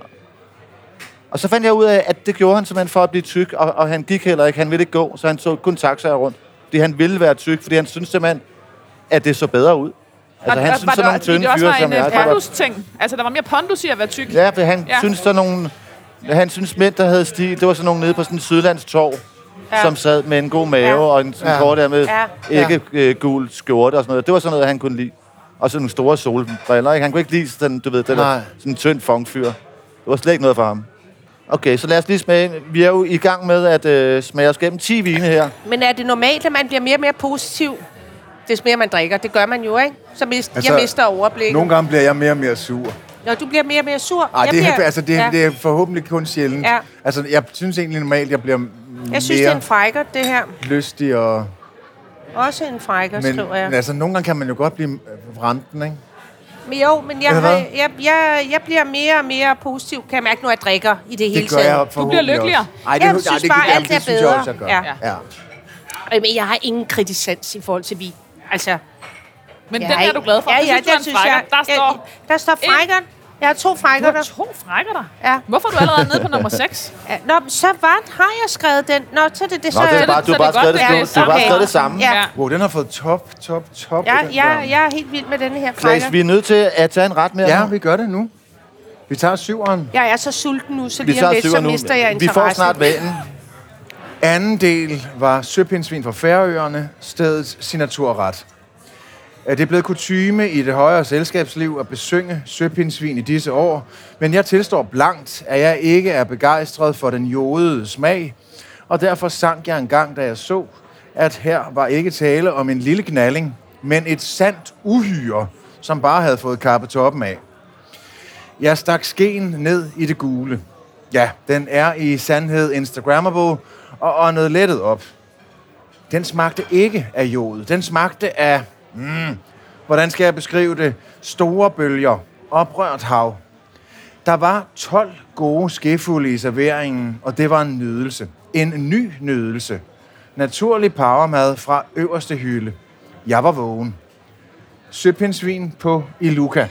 Speaker 2: Og så fandt jeg ud af, at det gjorde han simpelthen for at blive tyk, og, og han gik heller ikke, han ville ikke gå, så han så kun taxaer rundt. Fordi han ville være tyk, fordi han syntes simpelthen, at det så bedre ud. Altså, han synes sådan nogle tynde fyre, som jeg...
Speaker 5: Det var pondus-ting. Altså, der var mere pondus i at være tyk.
Speaker 2: Ja, for han ja. synes sådan nogle... Han synes mænd, der havde stil, det var sådan nogle nede på sådan en Sydlands torv, ja. som sad med en god mave ja. og en sådan ja. kort der med ja. ikke øh, gul skjorte og sådan noget. Det var sådan noget, han kunne lide. Og sådan nogle store solbriller, ikke? Han kunne ikke lide sådan, du ved, den der, sådan en tynd funkfyr. Det var slet ikke noget for ham. Okay, så lad os lige smage. Vi er jo i gang med at øh, smage os gennem ti vine her.
Speaker 4: Men er det normalt, at man bliver mere og mere positiv, des mere man drikker? Det gør man jo, ikke? Så mist, altså, jeg mister overblikket.
Speaker 3: Nogle gange bliver jeg mere og mere sur.
Speaker 4: Nå, du bliver mere og mere sur.
Speaker 3: Ej, det,
Speaker 4: bliver,
Speaker 3: altså, det, ja. det er forhåbentlig kun sjældent. Ja. Altså, jeg synes egentlig normalt, jeg bliver
Speaker 4: Jeg synes, det er en frækkert, det her.
Speaker 3: Lystig og...
Speaker 4: Også en frækkert, skriver jeg.
Speaker 3: Men altså, nogle gange kan man jo godt blive vranden, ikke?
Speaker 4: Men jo, men jeg, har, jeg, jeg, jeg bliver mere og mere positiv, kan jeg mærke, når jeg drikker i det, det hele taget.
Speaker 5: Du bliver lykkeligere.
Speaker 3: Ej, det,
Speaker 4: jeg synes
Speaker 3: det,
Speaker 4: bare,
Speaker 3: det,
Speaker 4: alt er
Speaker 3: det, det,
Speaker 4: bedre.
Speaker 3: Det synes jeg også, jeg gør. Ja.
Speaker 4: Ja. Men jeg har ingen kritisans i forhold til vin. Altså...
Speaker 5: Men den er du glad for?
Speaker 4: Ja, ja,
Speaker 5: det synes jeg. Der står...
Speaker 4: Der står frækkert. Jeg har to frækker der.
Speaker 5: to frækker
Speaker 4: Ja.
Speaker 5: Hvorfor er du allerede nede på nummer seks?
Speaker 4: Ja, nå, så var, har jeg skrevet den. Nå, så er det det.
Speaker 2: Nå,
Speaker 4: så
Speaker 2: det er bare, du har bare skrevet det, det, du bare skrevet det samme.
Speaker 4: Ja.
Speaker 3: Wow, den har fået top, top, top.
Speaker 4: Ja, jeg, jeg er helt vild med denne her frækker.
Speaker 2: Klaas, vi er nødt til at tage en ret mere.
Speaker 3: Ja, vi gør det nu. Vi tager syveren.
Speaker 4: Jeg er så sulten nu, så lige om lidt, så mister jeg interessen.
Speaker 2: Vi får snart vanen.
Speaker 3: Anden del var søpindsvin fra Færøerne, stedets signaturret. Det er blevet kutyme i det højere selskabsliv at besynge søpindsvin i disse år, men jeg tilstår blankt, at jeg ikke er begejstret for den jodede smag, og derfor sank jeg en gang, da jeg så, at her var ikke tale om en lille knalling, men et sandt uhyre, som bare havde fået kappet toppen af. Jeg stak skeen ned i det gule. Ja, den er i sandhed instagrammable og åndede lettet op. Den smagte ikke af jod. Den smagte af... Mm, hvordan skal jeg beskrive det? Store bølger. Oprørt hav. Der var tolv gode skefulde i serveringen, og det var en nydelse. En ny nydelse. Naturlig powermad fra øverste hylde. Jeg var vågen. Søpindsvin på Iluka.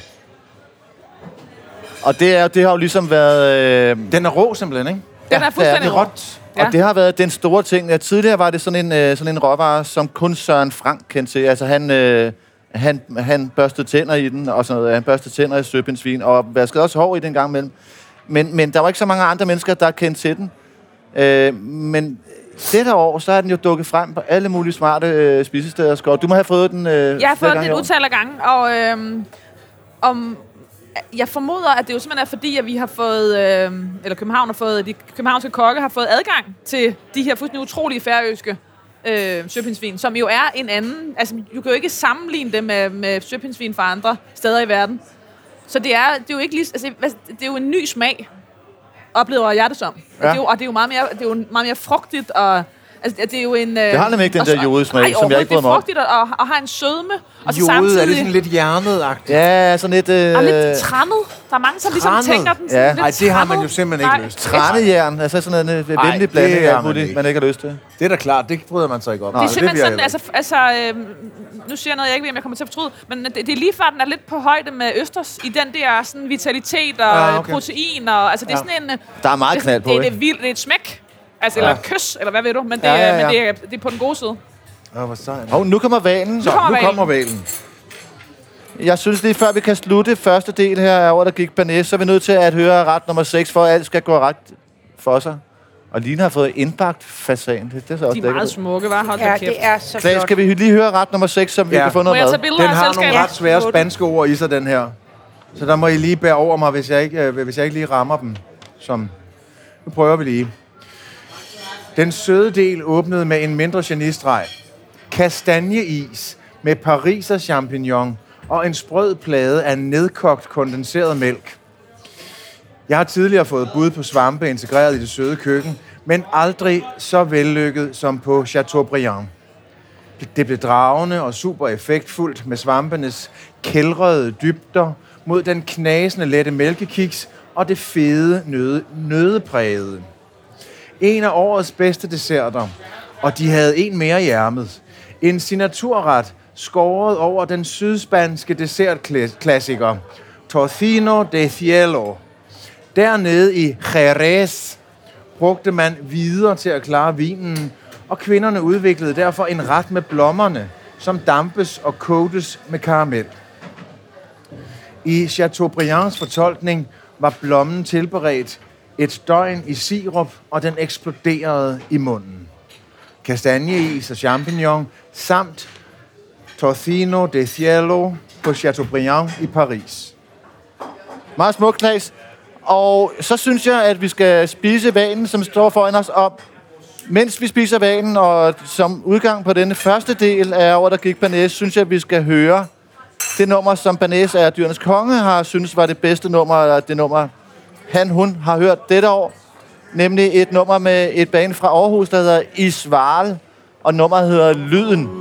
Speaker 2: Og det, er, det har jo ligesom været... Øh...
Speaker 3: Den er rå simpelthen, ikke?
Speaker 5: Den er fuldstændig rå.
Speaker 2: Ja. Og det har været den store ting. Ja, tidligere var det sådan en, øh, sådan en råvare, som kun Søren Frank kendte til. Altså han, øh, han, han børstede tænder i den, og sådan noget. Han børstede tænder i søpindsvin, og vaskede også hår i den gang imellem. Men, men der var ikke så mange andre mennesker, der kendte til den. Øh, men dette år, så er den jo dukket frem på alle mulige smarte øh, spisesteder. Skov. Du må have fået den øh,
Speaker 5: Jeg har fået den
Speaker 2: i
Speaker 5: et
Speaker 2: år.
Speaker 5: utal af gange, og øhm, om, jeg formoder, at det jo simpelthen er fordi, at vi har fået, øhm, eller København har fået, de københavnske kokke har fået adgang til de her fuldstændig utrolige færøske øh, søpindsvin, som jo er en anden, altså du kan jo ikke sammenligne det med, med søpindsvin fra andre steder i verden. Så det er, det er jo ikke lige, altså, det er jo en ny smag, oplever jeg det som. Ja. Og, det er jo, og det er jo meget mere, det er jo meget mere frugtigt, og altså, det er jo en...
Speaker 2: Det har nemlig ikke den der jodesmag, som jeg ikke bryder mig om.
Speaker 5: Det er frugtigt og, og, og har en sødme, og så
Speaker 3: Jode,
Speaker 5: samtidig...
Speaker 3: er det sådan lidt hjernet-agtigt?
Speaker 2: Ja, sådan lidt... Øh,
Speaker 5: Og lidt trandet. Der er mange, som ligesom
Speaker 3: Trandet?
Speaker 5: tænker den
Speaker 2: Ja.
Speaker 5: sådan lidt
Speaker 3: Nej, det har man jo
Speaker 5: trandet.
Speaker 3: simpelthen ikke
Speaker 5: Nej.
Speaker 3: lyst til.
Speaker 2: Trænejern, altså sådan en
Speaker 3: Ej,
Speaker 2: vemmelig
Speaker 3: det
Speaker 2: blanding
Speaker 3: har
Speaker 2: af
Speaker 3: man
Speaker 2: muligt,
Speaker 3: ikke.
Speaker 2: man ikke har lyst til.
Speaker 3: Det er da klart, det bryder man sig ikke om.
Speaker 5: Det er
Speaker 3: Nej,
Speaker 5: simpelthen
Speaker 3: vil jeg
Speaker 5: sådan,
Speaker 3: heller
Speaker 5: altså, altså øhm, nu siger jeg noget, jeg ikke ved, om jeg kommer til at fortryde, men det, det er lige før, den er lidt på højde med østers i den der sådan vitalitet og
Speaker 3: Ja,
Speaker 5: ja,
Speaker 3: okay.
Speaker 5: protein, og altså det er
Speaker 3: Ja.
Speaker 5: sådan en...
Speaker 2: Der er meget
Speaker 5: det,
Speaker 2: knald på,
Speaker 5: det, det,
Speaker 2: ikke?
Speaker 5: er vildt, det er et smæk. Altså, eller et kys, eller hvad ved du, men det,
Speaker 2: Ja, ja, ja.
Speaker 5: Men det, er, det er på den gode side.
Speaker 3: Åh, hvor sejt.
Speaker 2: Og nu kommer valen.
Speaker 3: Så,
Speaker 5: kommer
Speaker 3: nu
Speaker 5: valen.
Speaker 3: kommer valen.
Speaker 2: Jeg synes lige før vi kan slutte første del her af året, der gik Banæs, så er vi nødt til at høre ret nummer seks, for at alt skal gå ret for sig. Og Line har fået indbagt fasan. Det, det er så også
Speaker 5: De er meget
Speaker 2: lækkert.
Speaker 5: smukke, var Hold da
Speaker 4: Ja,
Speaker 5: kæft.
Speaker 4: det er så
Speaker 2: Klaas,
Speaker 4: flot.
Speaker 2: skal vi lige høre ret nummer seks, som vi
Speaker 3: Ja.
Speaker 2: kan få
Speaker 5: Må
Speaker 2: noget
Speaker 5: jeg
Speaker 2: mad?
Speaker 5: tage billeder
Speaker 3: Den
Speaker 5: af
Speaker 3: har nogle
Speaker 5: selskabet?
Speaker 3: ret svære spanske ord i sig, den her. Så der må I lige bære over mig, hvis jeg ikke, øh, hvis jeg ikke lige rammer dem. Som nu prøver vi lige. Den søde del åbnede med en mindre genistreg. Kastanjeis med pariser champignon og en sprød plade af nedkogt kondenseret mælk. Jeg har tidligere fået bud på svampe integreret i det søde køkken, men aldrig så vellykket som på Chateaubriand. Det blev dragende og super effektfuldt med svampenes kældrede dybder mod den knasende lette mælkekiks og det fede nøde, nødeprægede. En af årets bedste desserter, og de havde en mere i ærmet. En signaturret skåret over den sydspanske dessertklassiker Tocino de Cielo. Dernede i Jerez brugte man videre til at klare vinen, og kvinderne udviklede derfor en ret med blommerne, som dampes og koges med karamel. I Chateaubriands fortolkning var blommen tilberedt et døgn i sirup, og den eksploderede i munden. Kastanjeis og champignon samt Tocino de Cielo på Chateaubriand i Paris.
Speaker 2: Meget smukt, Klaas. Og så synes jeg, at vi skal spise valen, som står foran os op. Mens vi spiser valen, og som udgang på denne første del af året, der gik Banæs, synes jeg, at vi skal høre det nummer, som Banæs er Dyrenes Konge har synes var det bedste nummer, eller det nummer, han, hun har hørt dette år. Nemlig et nummer med et band fra Aarhus, der hedder Isval, og nummeret hedder Lyden.
Speaker 7: Jo,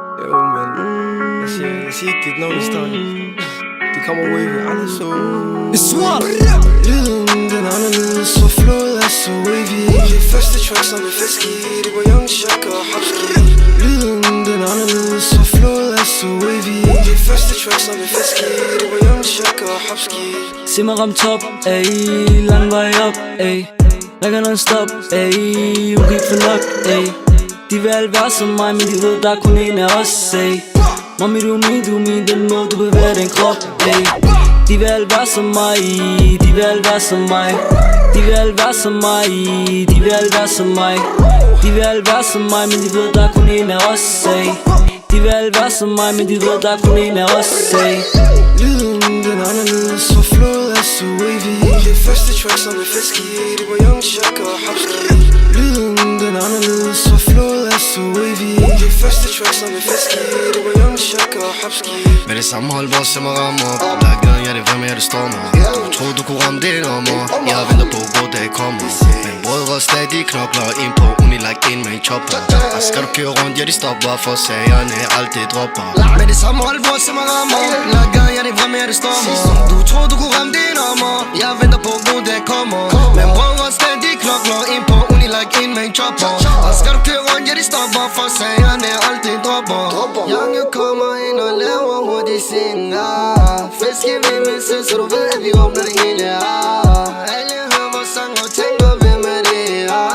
Speaker 7: men jeg siger, jeg siger ikke, det er nogen historie. Det kommer wavy, aldrig så. Isval! Lyden, den er anderledes, så flod er så wavy. Det første track, som er fisk i, det var Young Shaq og Hopski. Lyden, den er anderledes, så flod er så wavy. Det første track, som er fisk i, det var Young Shaq og Hopski.
Speaker 8: Se mig ramme top, ayy, lang vej op, ayy. Rækker non-stop, ayy, hun kan ikke få nok, ayy. De vil alle være som mig, men de ved, der er kun en af os, ayy. Mami, du er min, du er min, den måde du bevæger den krop, ayy. De vil alle være som mig, de vil alle være som mig. De vil alle være som mig, de vil alle være som mig. De vil alle være som mig, men de ved, der er kun en af os, ayy. De vil alle være som mig, men de ved, der er kun en af os, ayy.
Speaker 7: Lyden, den er anderledes, så flod er så wavy. Det første track, som er fisk i, det var Young Shaq og Hopski. Lyden, den er anderledes, så flod er så wavy. Det første track, som er fisk i, det var Young Shaq og Hopski.
Speaker 9: Med det samme hold, hvor jeg må ramme op. Der er gaden, ja, det er hvem jeg, det stormer. Du troede, du kunne ramme det nummer. Jeg venter på, hvor dag kommer. Men brødre stadig knokler ind på uni, like in med en chopper. Og skal du køre rundt, ja, de stopper, for sagerne altid dropper. Med det samme hold, hvor jeg må ramme op. Der er gaden, ja, det er hvem jeg, det stormer. Du troede, du kunne ramme det nummer. Jeg venter på, hvor dag kommer. Men brødre stadig knokler ind på uni, like in med en chopper. Og skal du køre rundt, ja, de stopper, for sagerne altid dropper. Young, jeg kommer ind og laver hurtigt singer. Fisk i ved min sød, så du ved, at vi åbner det hele her. Alle hører vores sang og tænker, hvem er det her?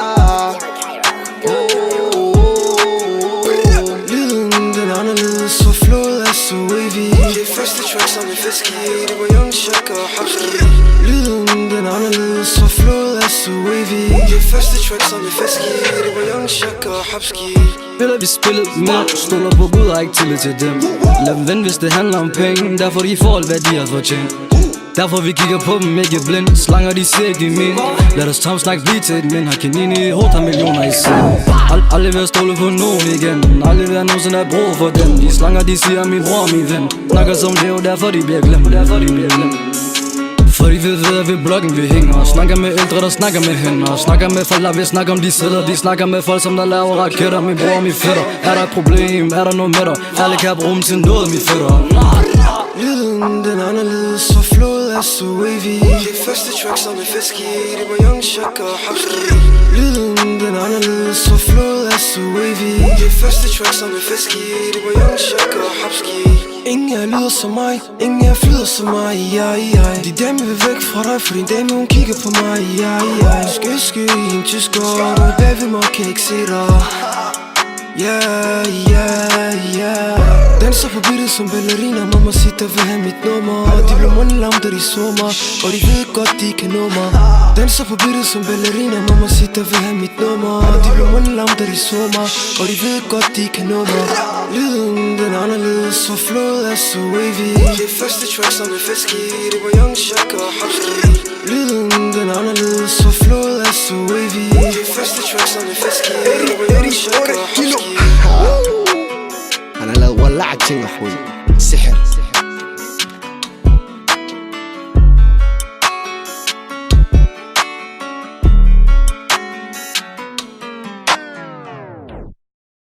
Speaker 7: Lyden, den er anderledes, så flod er så wavy. Det første track, tracks som en fisk i. Det var Young Shaq og Hapski. Lyden den er anderledes, så flowet er så wavy. Det første track som en fisk i. Det var Young Shaq og Hapski.
Speaker 8: Spiller vi spillet med, stoler på Gud og ikke tillid til dem. Lad dem vende, hvis det handler om penge. Derfor de får alt, hvad de har fortjent. Derfor vi kigger på dem, ikke blind. Slanger de siger ikke de men. Lad os tom snakke lige til et men. Har kanin i hovedet, har millioner i sind. Ald aldrig ved at stole på nogen igen. Aldrig ved at nogensinde have brug for dem. De slanger de siger min bror, min ven. Snakker som det er jo derfor de bliver glemt. Derfor de bliver glemt. For de ved ved at ved bloggen vi hænger. Snakker med ældre der snakker med hænder. Snakker med folk der vil snakke om de sætter. De snakker med folk som der laver raketter. Min bror, min fætter. Er der et problem? Er der noget med dig? Alle kan bruge dem til noget, min fætter.
Speaker 7: Lyden den er anderledes, så flowet er så wavy. Det første track som en fisk i. Det var Young Shaq og Hapski. Lyden den er anderledes, så flowet er så wavy. Det første track som en fisk i. Det var Young Shaq og Hapski. Ingen af lyder som mig, ingen af flyder som mig, ja, ja. De dame vil væk fra dig, for din dame hun kigger på mig, ja, ja. Skø, skø i en tysker, du er bag ved mig, kan ikke se dig. Yeah, yeah, yeah. Danser på beatet som ballerina. Mamacita vil have mit nummer. De bliver mundlam, da de så mig, og de ved godt, de kan nå mig. Danser på beatet som ballerina. Mamacita vil have mit nummer. De bliver mundlam, da de så mig, og de ved godt, de kan nå mig. Lyden den er anderledes, så flowet er så wavy. Det første track som en fisk i. Det var Young Shaq og Hapski. Lyden den er anderledes, så flowet er så wavy. Det første track som en fisk i. Det var Young Shaq og Hapski.
Speaker 9: انا لو ولعت تنجح سحر